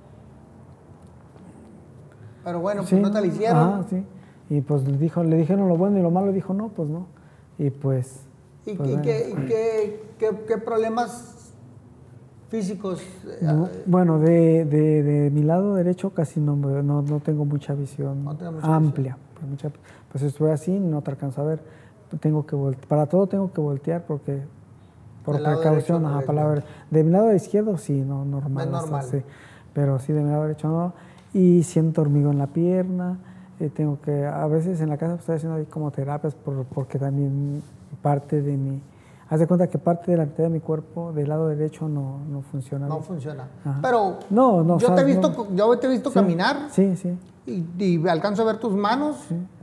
Speaker 1: Pero bueno, pues
Speaker 2: Sí,
Speaker 1: no te la hicieron.
Speaker 2: ajá, sí. Y pues le, dijo, le dijeron lo bueno y lo malo, dijo no, pues no. Y pues...
Speaker 1: ¿Y,
Speaker 2: pues,
Speaker 1: y
Speaker 2: bueno.
Speaker 1: qué, y qué- qué- qué problemas físicos? eh,
Speaker 2: Bu- Bueno, de, de, de mi lado derecho casi no, me- no, no tengo mucha visión
Speaker 1: No tengo mucha
Speaker 2: amplia. pues, mucha, pues estoy así, no te alcanzo a ver. Tengo que voltear, para todo tengo que voltear porque por
Speaker 1: Del lado
Speaker 2: precaución,
Speaker 1: derecho no
Speaker 2: ajá,
Speaker 1: ves,
Speaker 2: para la
Speaker 1: ¿no?
Speaker 2: ver- de mi lado izquierdo sí, no, normal.
Speaker 1: Es
Speaker 2: o sea,
Speaker 1: normal.
Speaker 2: sí, pero sí de mi lado derecho no. Y siento hormigón en la pierna, eh, tengo que, a veces en la casa pues, estoy haciendo ahí como terapias por- porque también parte de mi, haz de cuenta que parte de la mitad de mi cuerpo del lado derecho no, no funciona
Speaker 1: No
Speaker 2: bien.
Speaker 1: funciona.
Speaker 2: Ajá.
Speaker 1: Pero
Speaker 2: No, no,
Speaker 1: yo,
Speaker 2: o sea,
Speaker 1: te he visto,
Speaker 2: no.
Speaker 1: yo te he visto
Speaker 2: Sí,
Speaker 1: caminar
Speaker 2: Sí, sí.
Speaker 1: y, y alcanzo a ver tus manos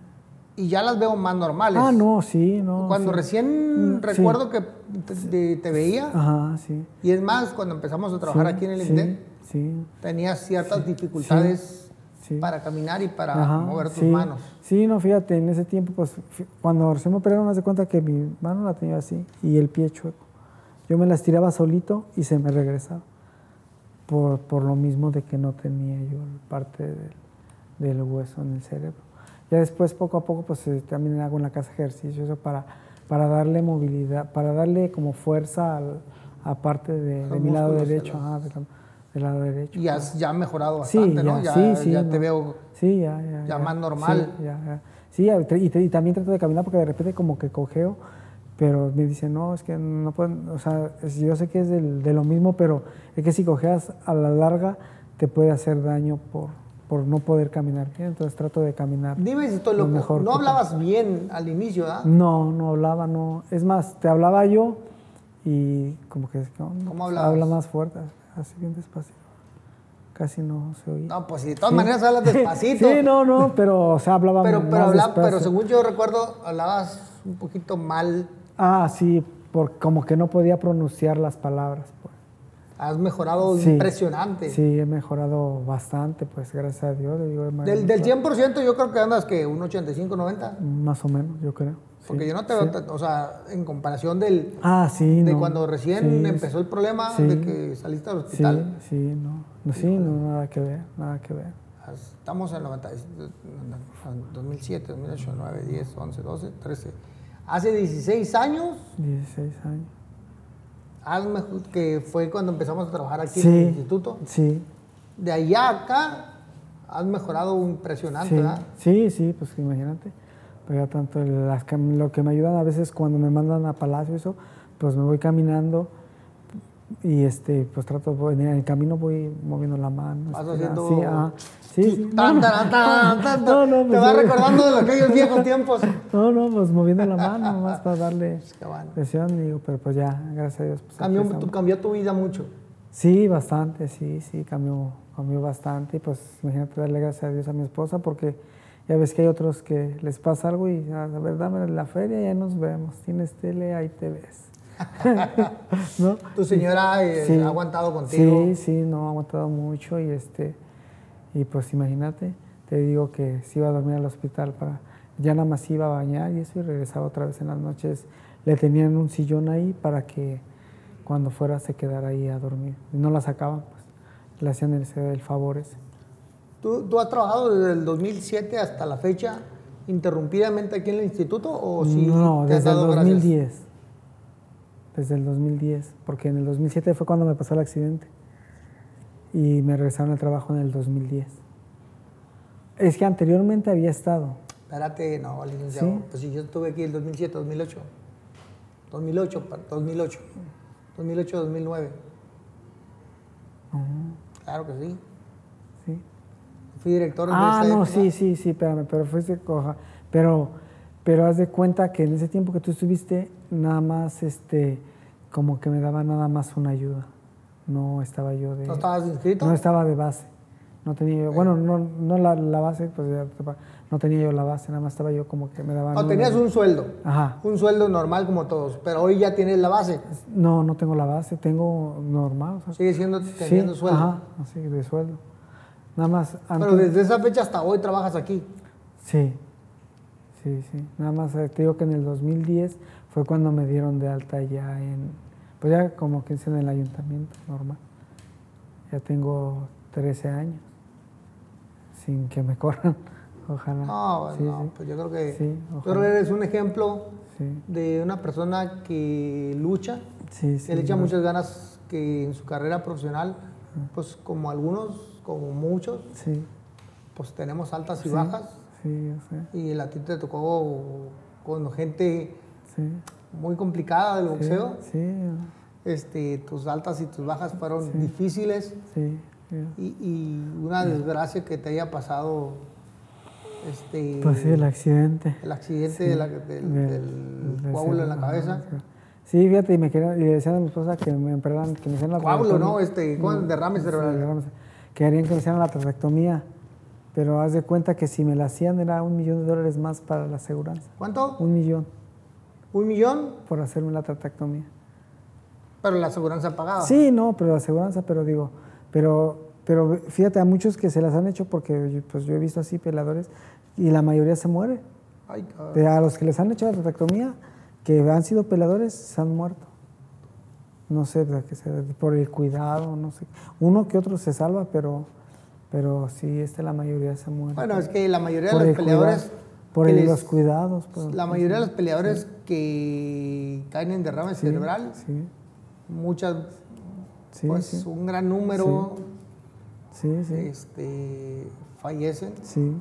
Speaker 1: y ya las veo más normales.
Speaker 2: Ah, no, sí, no.
Speaker 1: Cuando
Speaker 2: sí.
Speaker 1: recién
Speaker 2: Mm, sí.
Speaker 1: recuerdo que te, te- te veía,
Speaker 2: Ajá, sí.
Speaker 1: y es más, cuando empezamos a trabajar
Speaker 2: Sí,
Speaker 1: aquí en el
Speaker 2: sí,
Speaker 1: INDEC,
Speaker 2: sí.
Speaker 1: tenías ciertas dificultades
Speaker 2: sí.
Speaker 1: para caminar y para
Speaker 2: Ajá,
Speaker 1: mover tus
Speaker 2: sí.
Speaker 1: manos.
Speaker 2: Sí, no, fíjate, en ese tiempo, pues, fi- cuando recién me operaron, me das de cuenta que mi mano la tenía así y el pie chueco. Yo me la estiraba solito y se me regresaba. Por, por lo mismo de que no tenía yo parte del, del hueso en el cerebro. Ya después, poco a poco, pues eh, también hago en la casa ejercicio, eso para, para darle movilidad, para darle como fuerza al, a parte de,
Speaker 1: Los
Speaker 2: de mi lado
Speaker 1: músculos de
Speaker 2: derecho,
Speaker 1: los-
Speaker 2: ajá, de la- del lado derecho.
Speaker 1: Y has ya mejorado
Speaker 2: Sí,
Speaker 1: bastante, ¿no?
Speaker 2: ya,
Speaker 1: Ya,
Speaker 2: sí, sí,
Speaker 1: ya
Speaker 2: no.
Speaker 1: te veo
Speaker 2: Sí, ya, ya,
Speaker 1: ya más normal.
Speaker 2: Sí, ya, ya. Sí, y, tra- y tra- y también trato de caminar porque de repente como que cojeo, pero me dicen, no, es que no pueden, o sea, es- yo sé que es del- de lo mismo, pero es que si cojeas a la larga te puede hacer daño por, por no poder caminar bien, entonces trato de caminar.
Speaker 1: Dime si estoy
Speaker 2: lo
Speaker 1: loco.
Speaker 2: mejor
Speaker 1: No
Speaker 2: que
Speaker 1: hablabas bien al inicio, ¿ah?
Speaker 2: No, no hablaba, no. Es más, te hablaba yo y como que no, no,
Speaker 1: ¿Cómo
Speaker 2: pues,
Speaker 1: hablabas?
Speaker 2: habla más fuerte, así bien despacio. Casi no se oía.
Speaker 1: No, pues si de todas
Speaker 2: Sí.
Speaker 1: maneras hablas despacito.
Speaker 2: Sí, no, no, pero o sea, hablaba
Speaker 1: pero,
Speaker 2: más
Speaker 1: pero, habla-
Speaker 2: despacio.
Speaker 1: pero según yo recuerdo, hablabas un poquito mal.
Speaker 2: Ah, sí, por, como que no podía pronunciar las palabras. Pues.
Speaker 1: Has mejorado
Speaker 2: Sí.
Speaker 1: impresionante.
Speaker 2: Sí, he mejorado bastante, pues gracias a Dios. le digo, he
Speaker 1: Del,
Speaker 2: mejorado.
Speaker 1: del cien por ciento yo creo que andas que un ochenta y cinco, noventa.
Speaker 2: Más o menos, yo creo.
Speaker 1: Porque
Speaker 2: sí,
Speaker 1: yo no te
Speaker 2: sí.
Speaker 1: veo, tan- o sea, en comparación del,
Speaker 2: Ah, sí,
Speaker 1: de
Speaker 2: no.
Speaker 1: cuando recién
Speaker 2: Sí,
Speaker 1: empezó el problema
Speaker 2: sí.
Speaker 1: de que saliste al hospital.
Speaker 2: Sí, sí, no. no sí, no, nada que ver, nada que ver.
Speaker 1: Estamos en noventa, dos mil siete, dos mil ocho, dos mil nueve, diez, once, doce, trece. Hace dieciséis años,
Speaker 2: dieciséis años.
Speaker 1: has mejo- que fue cuando empezamos a trabajar aquí
Speaker 2: Sí.
Speaker 1: en el instituto.
Speaker 2: Sí,
Speaker 1: De allá a acá, has mejorado impresionante,
Speaker 2: sí,
Speaker 1: ¿verdad?
Speaker 2: sí, sí, pues imagínate. Pero ya tanto el- las cam- lo que me ayudan a veces cuando me mandan a Palacio eso, pues me voy caminando y este pues trato en el camino voy moviendo la mano.
Speaker 1: Vas
Speaker 2: este,
Speaker 1: haciendo-
Speaker 2: sí, ah, sí, sí.
Speaker 1: Tan,
Speaker 2: No,
Speaker 1: tan, tan, tan,
Speaker 2: no, no,
Speaker 1: Te
Speaker 2: pues,
Speaker 1: vas
Speaker 2: sí.
Speaker 1: recordando de aquellos viejos tiempos.
Speaker 2: no, no, pues moviendo la mano más para darle
Speaker 1: Qué bueno.
Speaker 2: presión, digo, pero pues ya, gracias a Dios. Pues, aquí
Speaker 1: Cambió,
Speaker 2: estamos.
Speaker 1: tu, cambió tu vida mucho.
Speaker 2: Sí, bastante, sí, sí, cambió, cambió bastante. Y pues imagínate darle gracias a Dios a mi esposa porque ya ves que hay otros que les pasa algo y a ver, dame la feria y ya nos vemos. Tienes tele, ahí te ves. ¿No?
Speaker 1: Tu señora eh,
Speaker 2: Sí.
Speaker 1: ha aguantado contigo.
Speaker 2: Sí, sí, no, ha aguantado mucho y este, y pues imagínate, te digo que si iba a dormir al hospital para, ya nada más iba a bañar y eso y regresaba otra vez en las noches. Le tenían un sillón ahí para que cuando fuera se quedara ahí a dormir. Y no la sacaban, pues, le hacían el, el favor ese.
Speaker 1: ¿Tú, ¿Tú has trabajado desde el dos mil siete hasta la fecha interrumpidamente aquí en el instituto o sí
Speaker 2: no,
Speaker 1: te has
Speaker 2: desde el
Speaker 1: dado
Speaker 2: dos mil
Speaker 1: gracias?
Speaker 2: diez. Desde el dos mil diez, porque en el dos mil siete fue cuando me pasó el accidente y me regresaron al trabajo en el dos mil diez. Es que anteriormente había estado.
Speaker 1: Espérate, no, licenciado.
Speaker 2: Sí.
Speaker 1: Pues si yo estuve aquí el dos mil siete, dos mil ocho. dos mil ocho, pa- dos mil ocho. dos mil ocho, dos mil nueve. Claro que sí.
Speaker 2: Sí.
Speaker 1: Fui director en
Speaker 2: Ah,
Speaker 1: esa
Speaker 2: no,
Speaker 1: época.
Speaker 2: sí, sí, sí, espérame, pero fuiste coja. Pero, pero haz de cuenta que en ese tiempo que tú estuviste, nada más, este, como que me daba nada más una ayuda. No estaba yo de...
Speaker 1: ¿No estabas inscrito?
Speaker 2: No estaba de base. No tenía yo, bueno, no, no la, la base, pues ya te pa- no tenía yo la base, nada más estaba yo como que me daban...
Speaker 1: No,
Speaker 2: una-
Speaker 1: tenías un sueldo.
Speaker 2: Ajá.
Speaker 1: Un sueldo normal como todos, pero hoy ya tienes la base.
Speaker 2: No, no tengo la base, tengo normal. O sea,
Speaker 1: Sigue siendo teniendo
Speaker 2: sí,
Speaker 1: sueldo.
Speaker 2: Ajá, así, de sueldo. Nada más antes...
Speaker 1: Pero desde esa fecha hasta hoy trabajas aquí.
Speaker 2: Sí, sí, sí. Nada más eh, te digo que en el dos mil diez fue cuando me dieron de alta ya en, pues ya como que en el ayuntamiento normal. Ya tengo trece años sin que me corran, ojalá.
Speaker 1: No,
Speaker 2: Sí,
Speaker 1: no,
Speaker 2: sí.
Speaker 1: pues yo creo que,
Speaker 2: Sí,
Speaker 1: yo
Speaker 2: ojalá.
Speaker 1: creo que eres un ejemplo
Speaker 2: Sí,
Speaker 1: de una persona que lucha,
Speaker 2: sí, sí.
Speaker 1: que le echa
Speaker 2: no,
Speaker 1: muchas ganas que en su carrera profesional, pues como algunos, como muchos,
Speaker 2: Sí,
Speaker 1: pues tenemos altas y
Speaker 2: Sí,
Speaker 1: bajas,
Speaker 2: Sí, yo sé.
Speaker 1: Y a ti te tocó con gente
Speaker 2: Sí.
Speaker 1: muy complicada del boxeo.
Speaker 2: Sí, sí,
Speaker 1: Este, tus altas y tus bajas fueron
Speaker 2: Sí.
Speaker 1: difíciles.
Speaker 2: sí. sí.
Speaker 1: Y, y una desgracia que te haya pasado, este,
Speaker 2: Pues sí, el accidente.
Speaker 1: el accidente
Speaker 2: Sí,
Speaker 1: de la- del,
Speaker 2: del-
Speaker 1: del
Speaker 2: del
Speaker 1: coágulo en la
Speaker 2: cerebro,
Speaker 1: cabeza.
Speaker 2: ajá, sí. Sí, fíjate, y me querían, y le decían a mi esposa que me operaran, que me hicieran la
Speaker 1: Coágulo,
Speaker 2: traquetomía.
Speaker 1: ¿no? Este, ¿cómo? Derrame
Speaker 2: Sí,
Speaker 1: cerebral.
Speaker 2: derrame. Querían que me hicieran la traquetomía, pero haz de cuenta que si me la hacían era un millón de dólares más para la aseguranza.
Speaker 1: ¿Cuánto?
Speaker 2: Un millón
Speaker 1: ¿Un millón?
Speaker 2: por hacerme la traquetomía.
Speaker 1: Pero la aseguranza pagaba.
Speaker 2: Sí, no, pero la aseguranza, pero digo, pero, pero fíjate, a muchos que se las han hecho, porque yo- pues yo he visto así peleadores, y la mayoría se muere.
Speaker 1: Ay, cabrón.
Speaker 2: De a los que les han hecho la traquetomía, que han sido peleadores, se han muerto. No sé, de que sea por el cuidado, no sé. Uno que otro se salva, pero, pero sí, este, la mayoría se muere.
Speaker 1: Bueno, es que la mayoría de
Speaker 2: por
Speaker 1: los
Speaker 2: el
Speaker 1: peleadores.
Speaker 2: cuidado, por
Speaker 1: que
Speaker 2: el-
Speaker 1: les-
Speaker 2: los cuidados. por-
Speaker 1: La mayoría de los peleadores que caen en derrame
Speaker 2: sí,
Speaker 1: cerebral,
Speaker 2: Sí,
Speaker 1: muchas,
Speaker 2: sí,
Speaker 1: pues
Speaker 2: sí,
Speaker 1: un gran número
Speaker 2: sí, sí,
Speaker 1: este, fallecen.
Speaker 2: sí,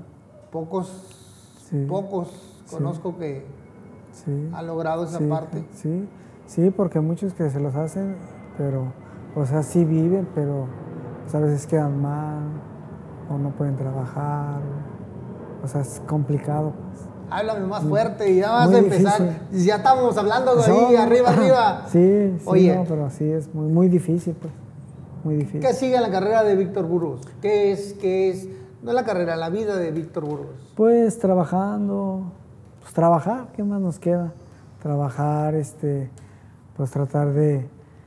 Speaker 1: Pocos,
Speaker 2: Sí.
Speaker 1: pocos
Speaker 2: Sí.
Speaker 1: conozco que
Speaker 2: sí.
Speaker 1: han logrado esa
Speaker 2: Sí,
Speaker 1: parte.
Speaker 2: Sí, sí, porque muchos que se los hacen, pero, o sea, sí viven, pero pues, a veces quedan mal, o no pueden trabajar, o sea, es complicado. Pues.
Speaker 1: Háblame más fuerte y ya vas
Speaker 2: Muy
Speaker 1: a empezar.
Speaker 2: difícil.
Speaker 1: Ya estamos hablando
Speaker 2: No,
Speaker 1: ahí,
Speaker 2: no,
Speaker 1: arriba, arriba.
Speaker 2: Sí, sí,
Speaker 1: Oye.
Speaker 2: no, pero sí, es muy, muy difícil, pues, muy difícil.
Speaker 1: ¿Qué sigue en la carrera de Víctor Burgos? ¿Qué es, qué es, no la carrera, la vida de Víctor Burgos?
Speaker 2: Pues trabajando, pues trabajar, ¿qué más nos queda? Trabajar, este, pues tratar de,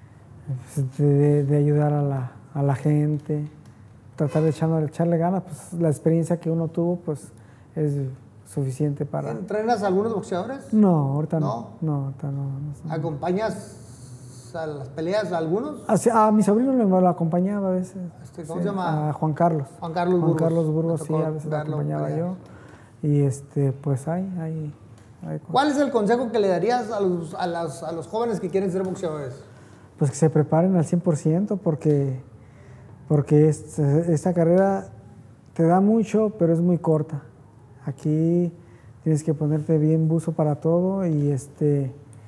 Speaker 2: pues, de, de ayudar a la, a la gente, tratar de echarle, echarle ganas, pues la experiencia que uno tuvo, pues es suficiente para...
Speaker 1: ¿Entrenas a algunos boxeadores?
Speaker 2: No, ahorita no. No, ahorita no. no, no.
Speaker 1: ¿Acompañas a las peleas a algunos?
Speaker 2: Así- a mi sobrino le- lo acompañaba a veces.
Speaker 1: Este, ¿cómo se llama?
Speaker 2: A Juan Carlos.
Speaker 1: Juan Carlos
Speaker 2: Juan
Speaker 1: Burgos.
Speaker 2: Carlos
Speaker 1: Me
Speaker 2: Burgos, sí,
Speaker 1: tocó
Speaker 2: a veces lo
Speaker 1: verlo
Speaker 2: acompañaba
Speaker 1: pelear.
Speaker 2: yo. Y este, pues ahí, ahí. ahí
Speaker 1: ¿Cuál es el consejo que le darías a los, a las- a los jóvenes que quieren ser boxeadores?
Speaker 2: Pues que se preparen al cien por ciento porque, porque es- esta carrera te da mucho, pero es muy corta. Aquí tienes que ponerte bien buzo para todo y este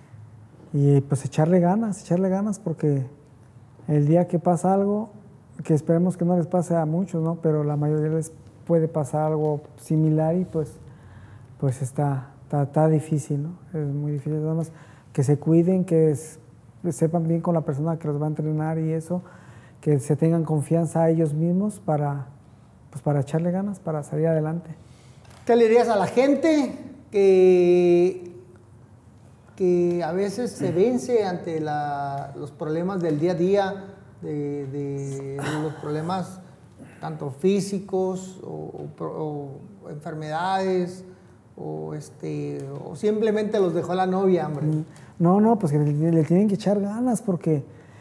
Speaker 2: y pues echarle ganas, echarle ganas porque el día que pasa algo, que esperemos que no les pase a muchos, ¿no? Pero la mayoría les puede pasar algo similar y pues, pues está, está, está difícil, ¿no? Es muy difícil. Nada más que se cuiden, que es- sepan bien con la persona que los va a entrenar y eso, que se tengan confianza a ellos mismos para, pues para echarle ganas, para salir adelante.
Speaker 1: ¿Qué le dirías a la gente que, que a veces se vence ante la- los problemas del día a día, de, de los problemas tanto físicos o, o pro- o enfermedades, o, este, o simplemente los dejó la novia, hombre?
Speaker 2: No, no, pues que le, le tienen que echar ganas porque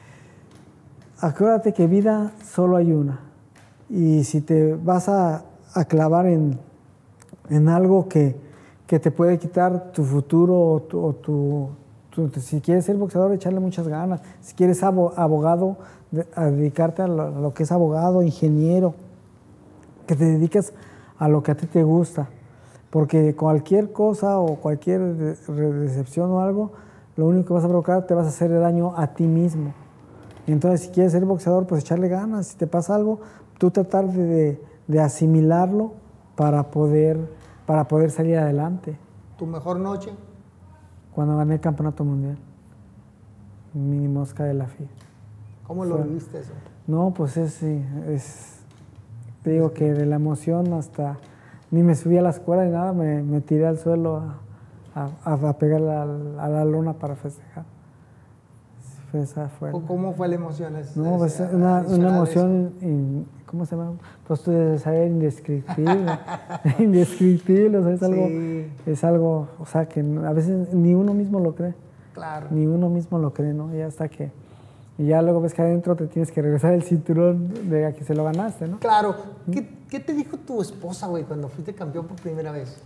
Speaker 2: acuérdate que vida solo hay una. Y si te vas a, a clavar en, en algo que, que te puede quitar tu futuro o tu, o tu- tu- si quieres ser boxeador, echarle muchas ganas. Si quieres abo- abogado, de- a dedicarte a lo, a lo que es abogado, ingeniero, que te dediques a lo que a ti te gusta. Porque cualquier cosa o cualquier de- re- decepción o algo, lo único que vas a provocar, te vas a hacer daño a ti mismo. Entonces, si quieres ser boxeador, pues echarle ganas. Si te pasa algo, tú tratar de, de- de asimilarlo para poder, para poder salir adelante.
Speaker 1: ¿Tu mejor noche?
Speaker 2: Cuando gané el campeonato mundial, mini mosca de la F I A.
Speaker 1: ¿Cómo lo
Speaker 2: Fue-
Speaker 1: viviste eso?
Speaker 2: No, pues es, sí, es, te digo que de la emoción hasta, ni me subí a la escuela ni nada, me, me tiré al suelo a, a, a pegar a, a la lona para festejar. Fue esa fue.
Speaker 1: ¿O ¿Cómo fue la emoción? Es-
Speaker 2: No,
Speaker 1: es-
Speaker 2: pues
Speaker 1: es-
Speaker 2: una,
Speaker 1: adicional
Speaker 2: una
Speaker 1: a
Speaker 2: emoción, in- ¿cómo se llama? Pues tú debes saber, indescriptible, indescriptible, o sea, es algo,
Speaker 1: Sí.
Speaker 2: es algo, o sea, que a veces ni uno mismo lo cree.
Speaker 1: eso. Claro.
Speaker 2: Ni uno mismo lo cree, ¿no? Y hasta que, y ya luego ves que adentro te tienes que regresar el cinturón de a que se lo ganaste, ¿no?
Speaker 1: Claro. ¿Qué, qué te dijo tu esposa, güey, cuando fuiste campeón por primera vez?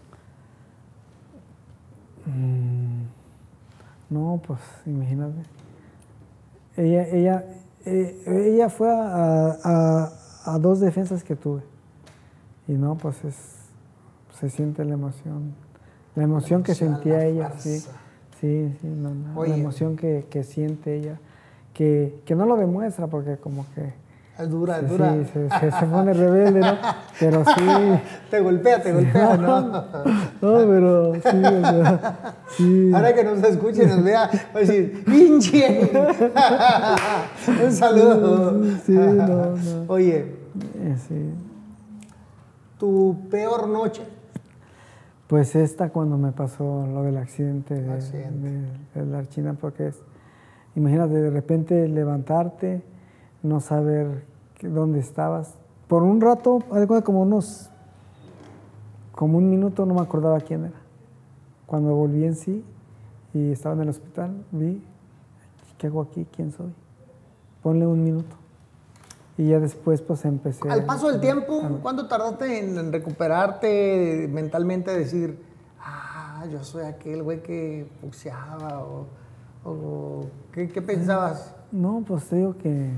Speaker 2: No, pues imagínate. Ella, ella, eh, ella fue a, a- a dos defensas que tuve. Y no, pues es, se siente la emoción. La emoción que
Speaker 1: emoción,
Speaker 2: sentía
Speaker 1: la
Speaker 2: ella,
Speaker 1: fuerza.
Speaker 2: sí. Sí, sí, no, no, la
Speaker 1: Oye.
Speaker 2: emoción que, que siente ella, que, que no lo demuestra porque como que...
Speaker 1: Es dura, es
Speaker 2: Sí,
Speaker 1: dura.
Speaker 2: se, se, se pone rebelde, ¿no? Pero sí...
Speaker 1: Te golpea, te golpea, ¿no?
Speaker 2: No, pero sí, o sea, sí.
Speaker 1: Ahora que nos escuche y nos vea, va a decir, ¡pinche! Un saludo.
Speaker 2: Sí, no, no.
Speaker 1: Oye,
Speaker 2: Eh, sí.
Speaker 1: tu peor noche.
Speaker 2: Pues esta cuando me pasó lo del accidente de,
Speaker 1: Accidente.
Speaker 2: de- de la China, porque es, imagínate de repente levantarte, no saber que- dónde estabas. Por un rato, haz de cuenta, como unos, como un minuto, no me acordaba quién era. Cuando volví en sí y estaba en el hospital, vi, ¿qué hago aquí? ¿Quién soy? Ponle un minuto. Y ya después pues empecé...
Speaker 1: Al paso del tiempo,
Speaker 2: a-
Speaker 1: ¿cuánto tardaste en, en recuperarte mentalmente, decir, ah, yo soy aquel güey que boxeaba? O, o ¿qué, qué pensabas?
Speaker 2: No, pues te digo que...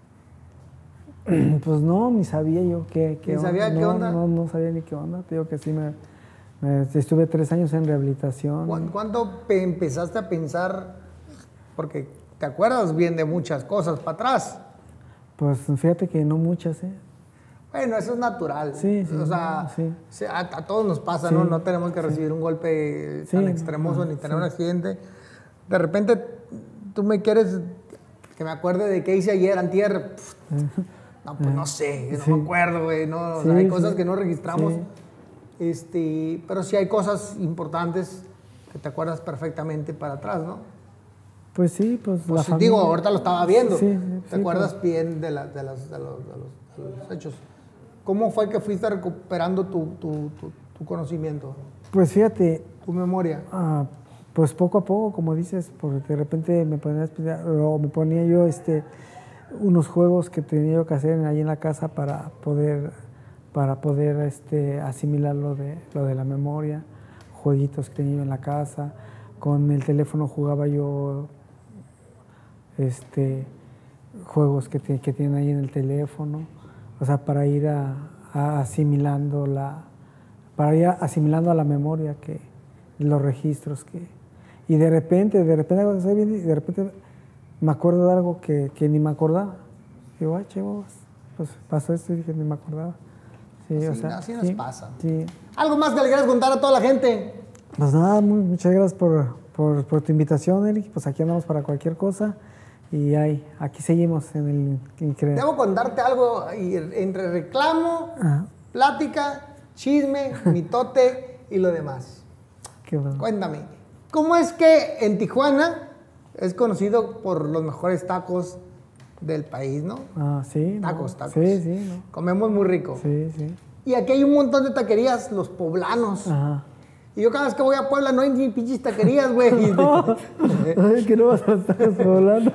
Speaker 2: Pues no, ni sabía yo qué, qué
Speaker 1: ¿Ni sabía qué
Speaker 2: no,
Speaker 1: onda?
Speaker 2: No, no sabía ni qué onda. Te digo que sí, me, me- estuve tres años en rehabilitación.
Speaker 1: ¿Cuán- ¿Cuándo pe- empezaste a pensar? Porque te acuerdas bien de muchas cosas para atrás.
Speaker 2: Pues fíjate que no muchas, ¿eh?
Speaker 1: Bueno, eso es natural.
Speaker 2: Sí, sí,
Speaker 1: O sea,
Speaker 2: sí.
Speaker 1: sí, a, a todos nos pasa,
Speaker 2: Sí,
Speaker 1: ¿no? No tenemos que recibir un golpe
Speaker 2: Sí,
Speaker 1: tan extremoso
Speaker 2: ajá,
Speaker 1: ni tener un accidente. De repente, tú me quieres que me acuerde de qué hice ayer, antier. Pff, no, pues no sé, no
Speaker 2: Sí.
Speaker 1: me acuerdo, güey. No, o sea,
Speaker 2: Sí,
Speaker 1: hay cosas
Speaker 2: sí.
Speaker 1: que no registramos.
Speaker 2: Sí.
Speaker 1: Este, pero sí hay cosas importantes que te acuerdas perfectamente para atrás, ¿no?
Speaker 2: Pues sí, pues,
Speaker 1: Pues
Speaker 2: la
Speaker 1: sí,
Speaker 2: familia.
Speaker 1: digo, ahorita lo estaba viendo.
Speaker 2: Sí, sí,
Speaker 1: ¿Te
Speaker 2: sí,
Speaker 1: acuerdas
Speaker 2: pues.
Speaker 1: bien de, la- de las- de los, de los- de los hechos? ¿Cómo fue que fuiste recuperando tu, tu- tu- tu conocimiento,
Speaker 2: Pues fíjate,
Speaker 1: tu memoria?
Speaker 2: ah, pues poco a poco, como dices, porque de repente me ponía, a estudiar, o me ponía yo este, unos juegos que tenía yo que hacer ahí en la casa para poder, para poder este, asimilar lo de, lo de la memoria, jueguitos que tenía yo en la casa. Con el teléfono jugaba yo este, juegos que, te- que tienen ahí en el teléfono, o sea, para ir a, a asimilando la, para ir asimilando a la memoria que los registros que, y de repente, de repente algo que estoy viendo y de repente me acuerdo de algo que, que ni me acordaba. Digo, ay, chivos, pues pasó esto y dije, ni me acordaba. Sí,
Speaker 1: Así-
Speaker 2: o sea,
Speaker 1: así nos
Speaker 2: sí,
Speaker 1: pasa.
Speaker 2: Sí.
Speaker 1: ¿Algo más que le quieras contar a toda la gente?
Speaker 2: Pues nada, mu- muchas gracias por, por, por tu invitación, Eric. Pues aquí andamos para cualquier cosa y ahí, aquí seguimos en el Increíble.
Speaker 1: Debo contarte algo y- entre reclamo,
Speaker 2: Ajá,
Speaker 1: plática, chisme, mitote y lo demás.
Speaker 2: qué bueno.
Speaker 1: Cuéntame, ¿cómo es que en Tijuana es conocido por los mejores tacos del país, no?
Speaker 2: Ah, sí. no.
Speaker 1: Tacos, tacos.
Speaker 2: Sí, sí, ¿no?
Speaker 1: Comemos muy rico.
Speaker 2: Sí, sí.
Speaker 1: Y aquí hay un montón de taquerías, los poblanos.
Speaker 2: Ajá.
Speaker 1: Y yo cada vez que voy a Puebla no hay ni pinches taquerías, güey.
Speaker 2: Ay, que no vas a estar hablando.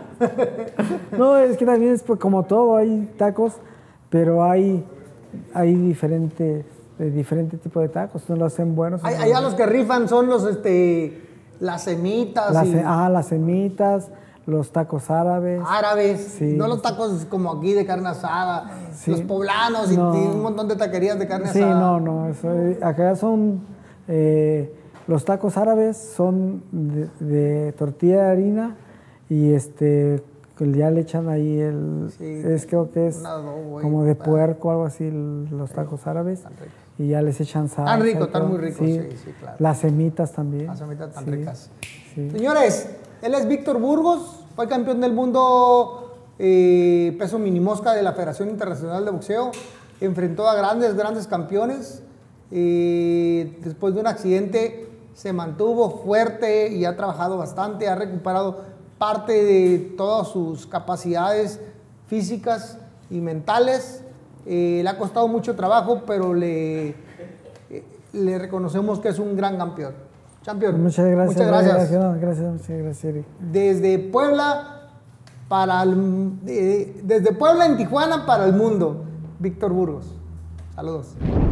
Speaker 2: No, es que también es pues, como todo, hay tacos, pero hay, hay diferentes, de diferente tipo de tacos. Unos lo hacen buenos.
Speaker 1: Hay-
Speaker 2: otros
Speaker 1: Allá
Speaker 2: no.
Speaker 1: los que rifan son los, este, las semitas
Speaker 2: Las,
Speaker 1: y
Speaker 2: ah, las semitas, los tacos árabes.
Speaker 1: árabes.
Speaker 2: Sí.
Speaker 1: No los tacos como aquí de carne asada.
Speaker 2: Sí.
Speaker 1: Los poblanos y,
Speaker 2: No.
Speaker 1: y un montón de taquerías de carne
Speaker 2: Sí,
Speaker 1: asada.
Speaker 2: no, no. eso, eh, acá son. eh, los tacos árabes son de, de tortilla de harina y este. que ya le echan ahí el.
Speaker 1: Sí,
Speaker 2: es creo que es
Speaker 1: un adobo ahí,
Speaker 2: como de
Speaker 1: ah.
Speaker 2: puerco o algo así, el- los tacos árabes.
Speaker 1: Tan ricos.
Speaker 2: Y ya les echan salsa.
Speaker 1: Tan rico,
Speaker 2: y
Speaker 1: están
Speaker 2: todo.
Speaker 1: muy ricos, sí, sí, claro.
Speaker 2: Las semitas también.
Speaker 1: Las semitas tan
Speaker 2: sí,
Speaker 1: ricas.
Speaker 2: sí.
Speaker 1: Señores, él es Víctor Burgos, fue campeón del mundo eh, peso minimosca de la Federación Internacional de Boxeo. Enfrentó a grandes, grandes campeones. Eh, después de un accidente se mantuvo fuerte y ha trabajado bastante, ha recuperado parte de todas sus capacidades físicas y mentales. Eh, le ha costado mucho trabajo, pero le, eh, le reconocemos que es un gran campeón. Campeón.
Speaker 2: Muchas gracias.
Speaker 1: Muchas gracias.
Speaker 2: Gracias, gracias, muchas gracias, Eric.
Speaker 1: Desde Puebla para el, eh, desde Puebla en Tijuana para el mundo. Víctor Burgos. Saludos.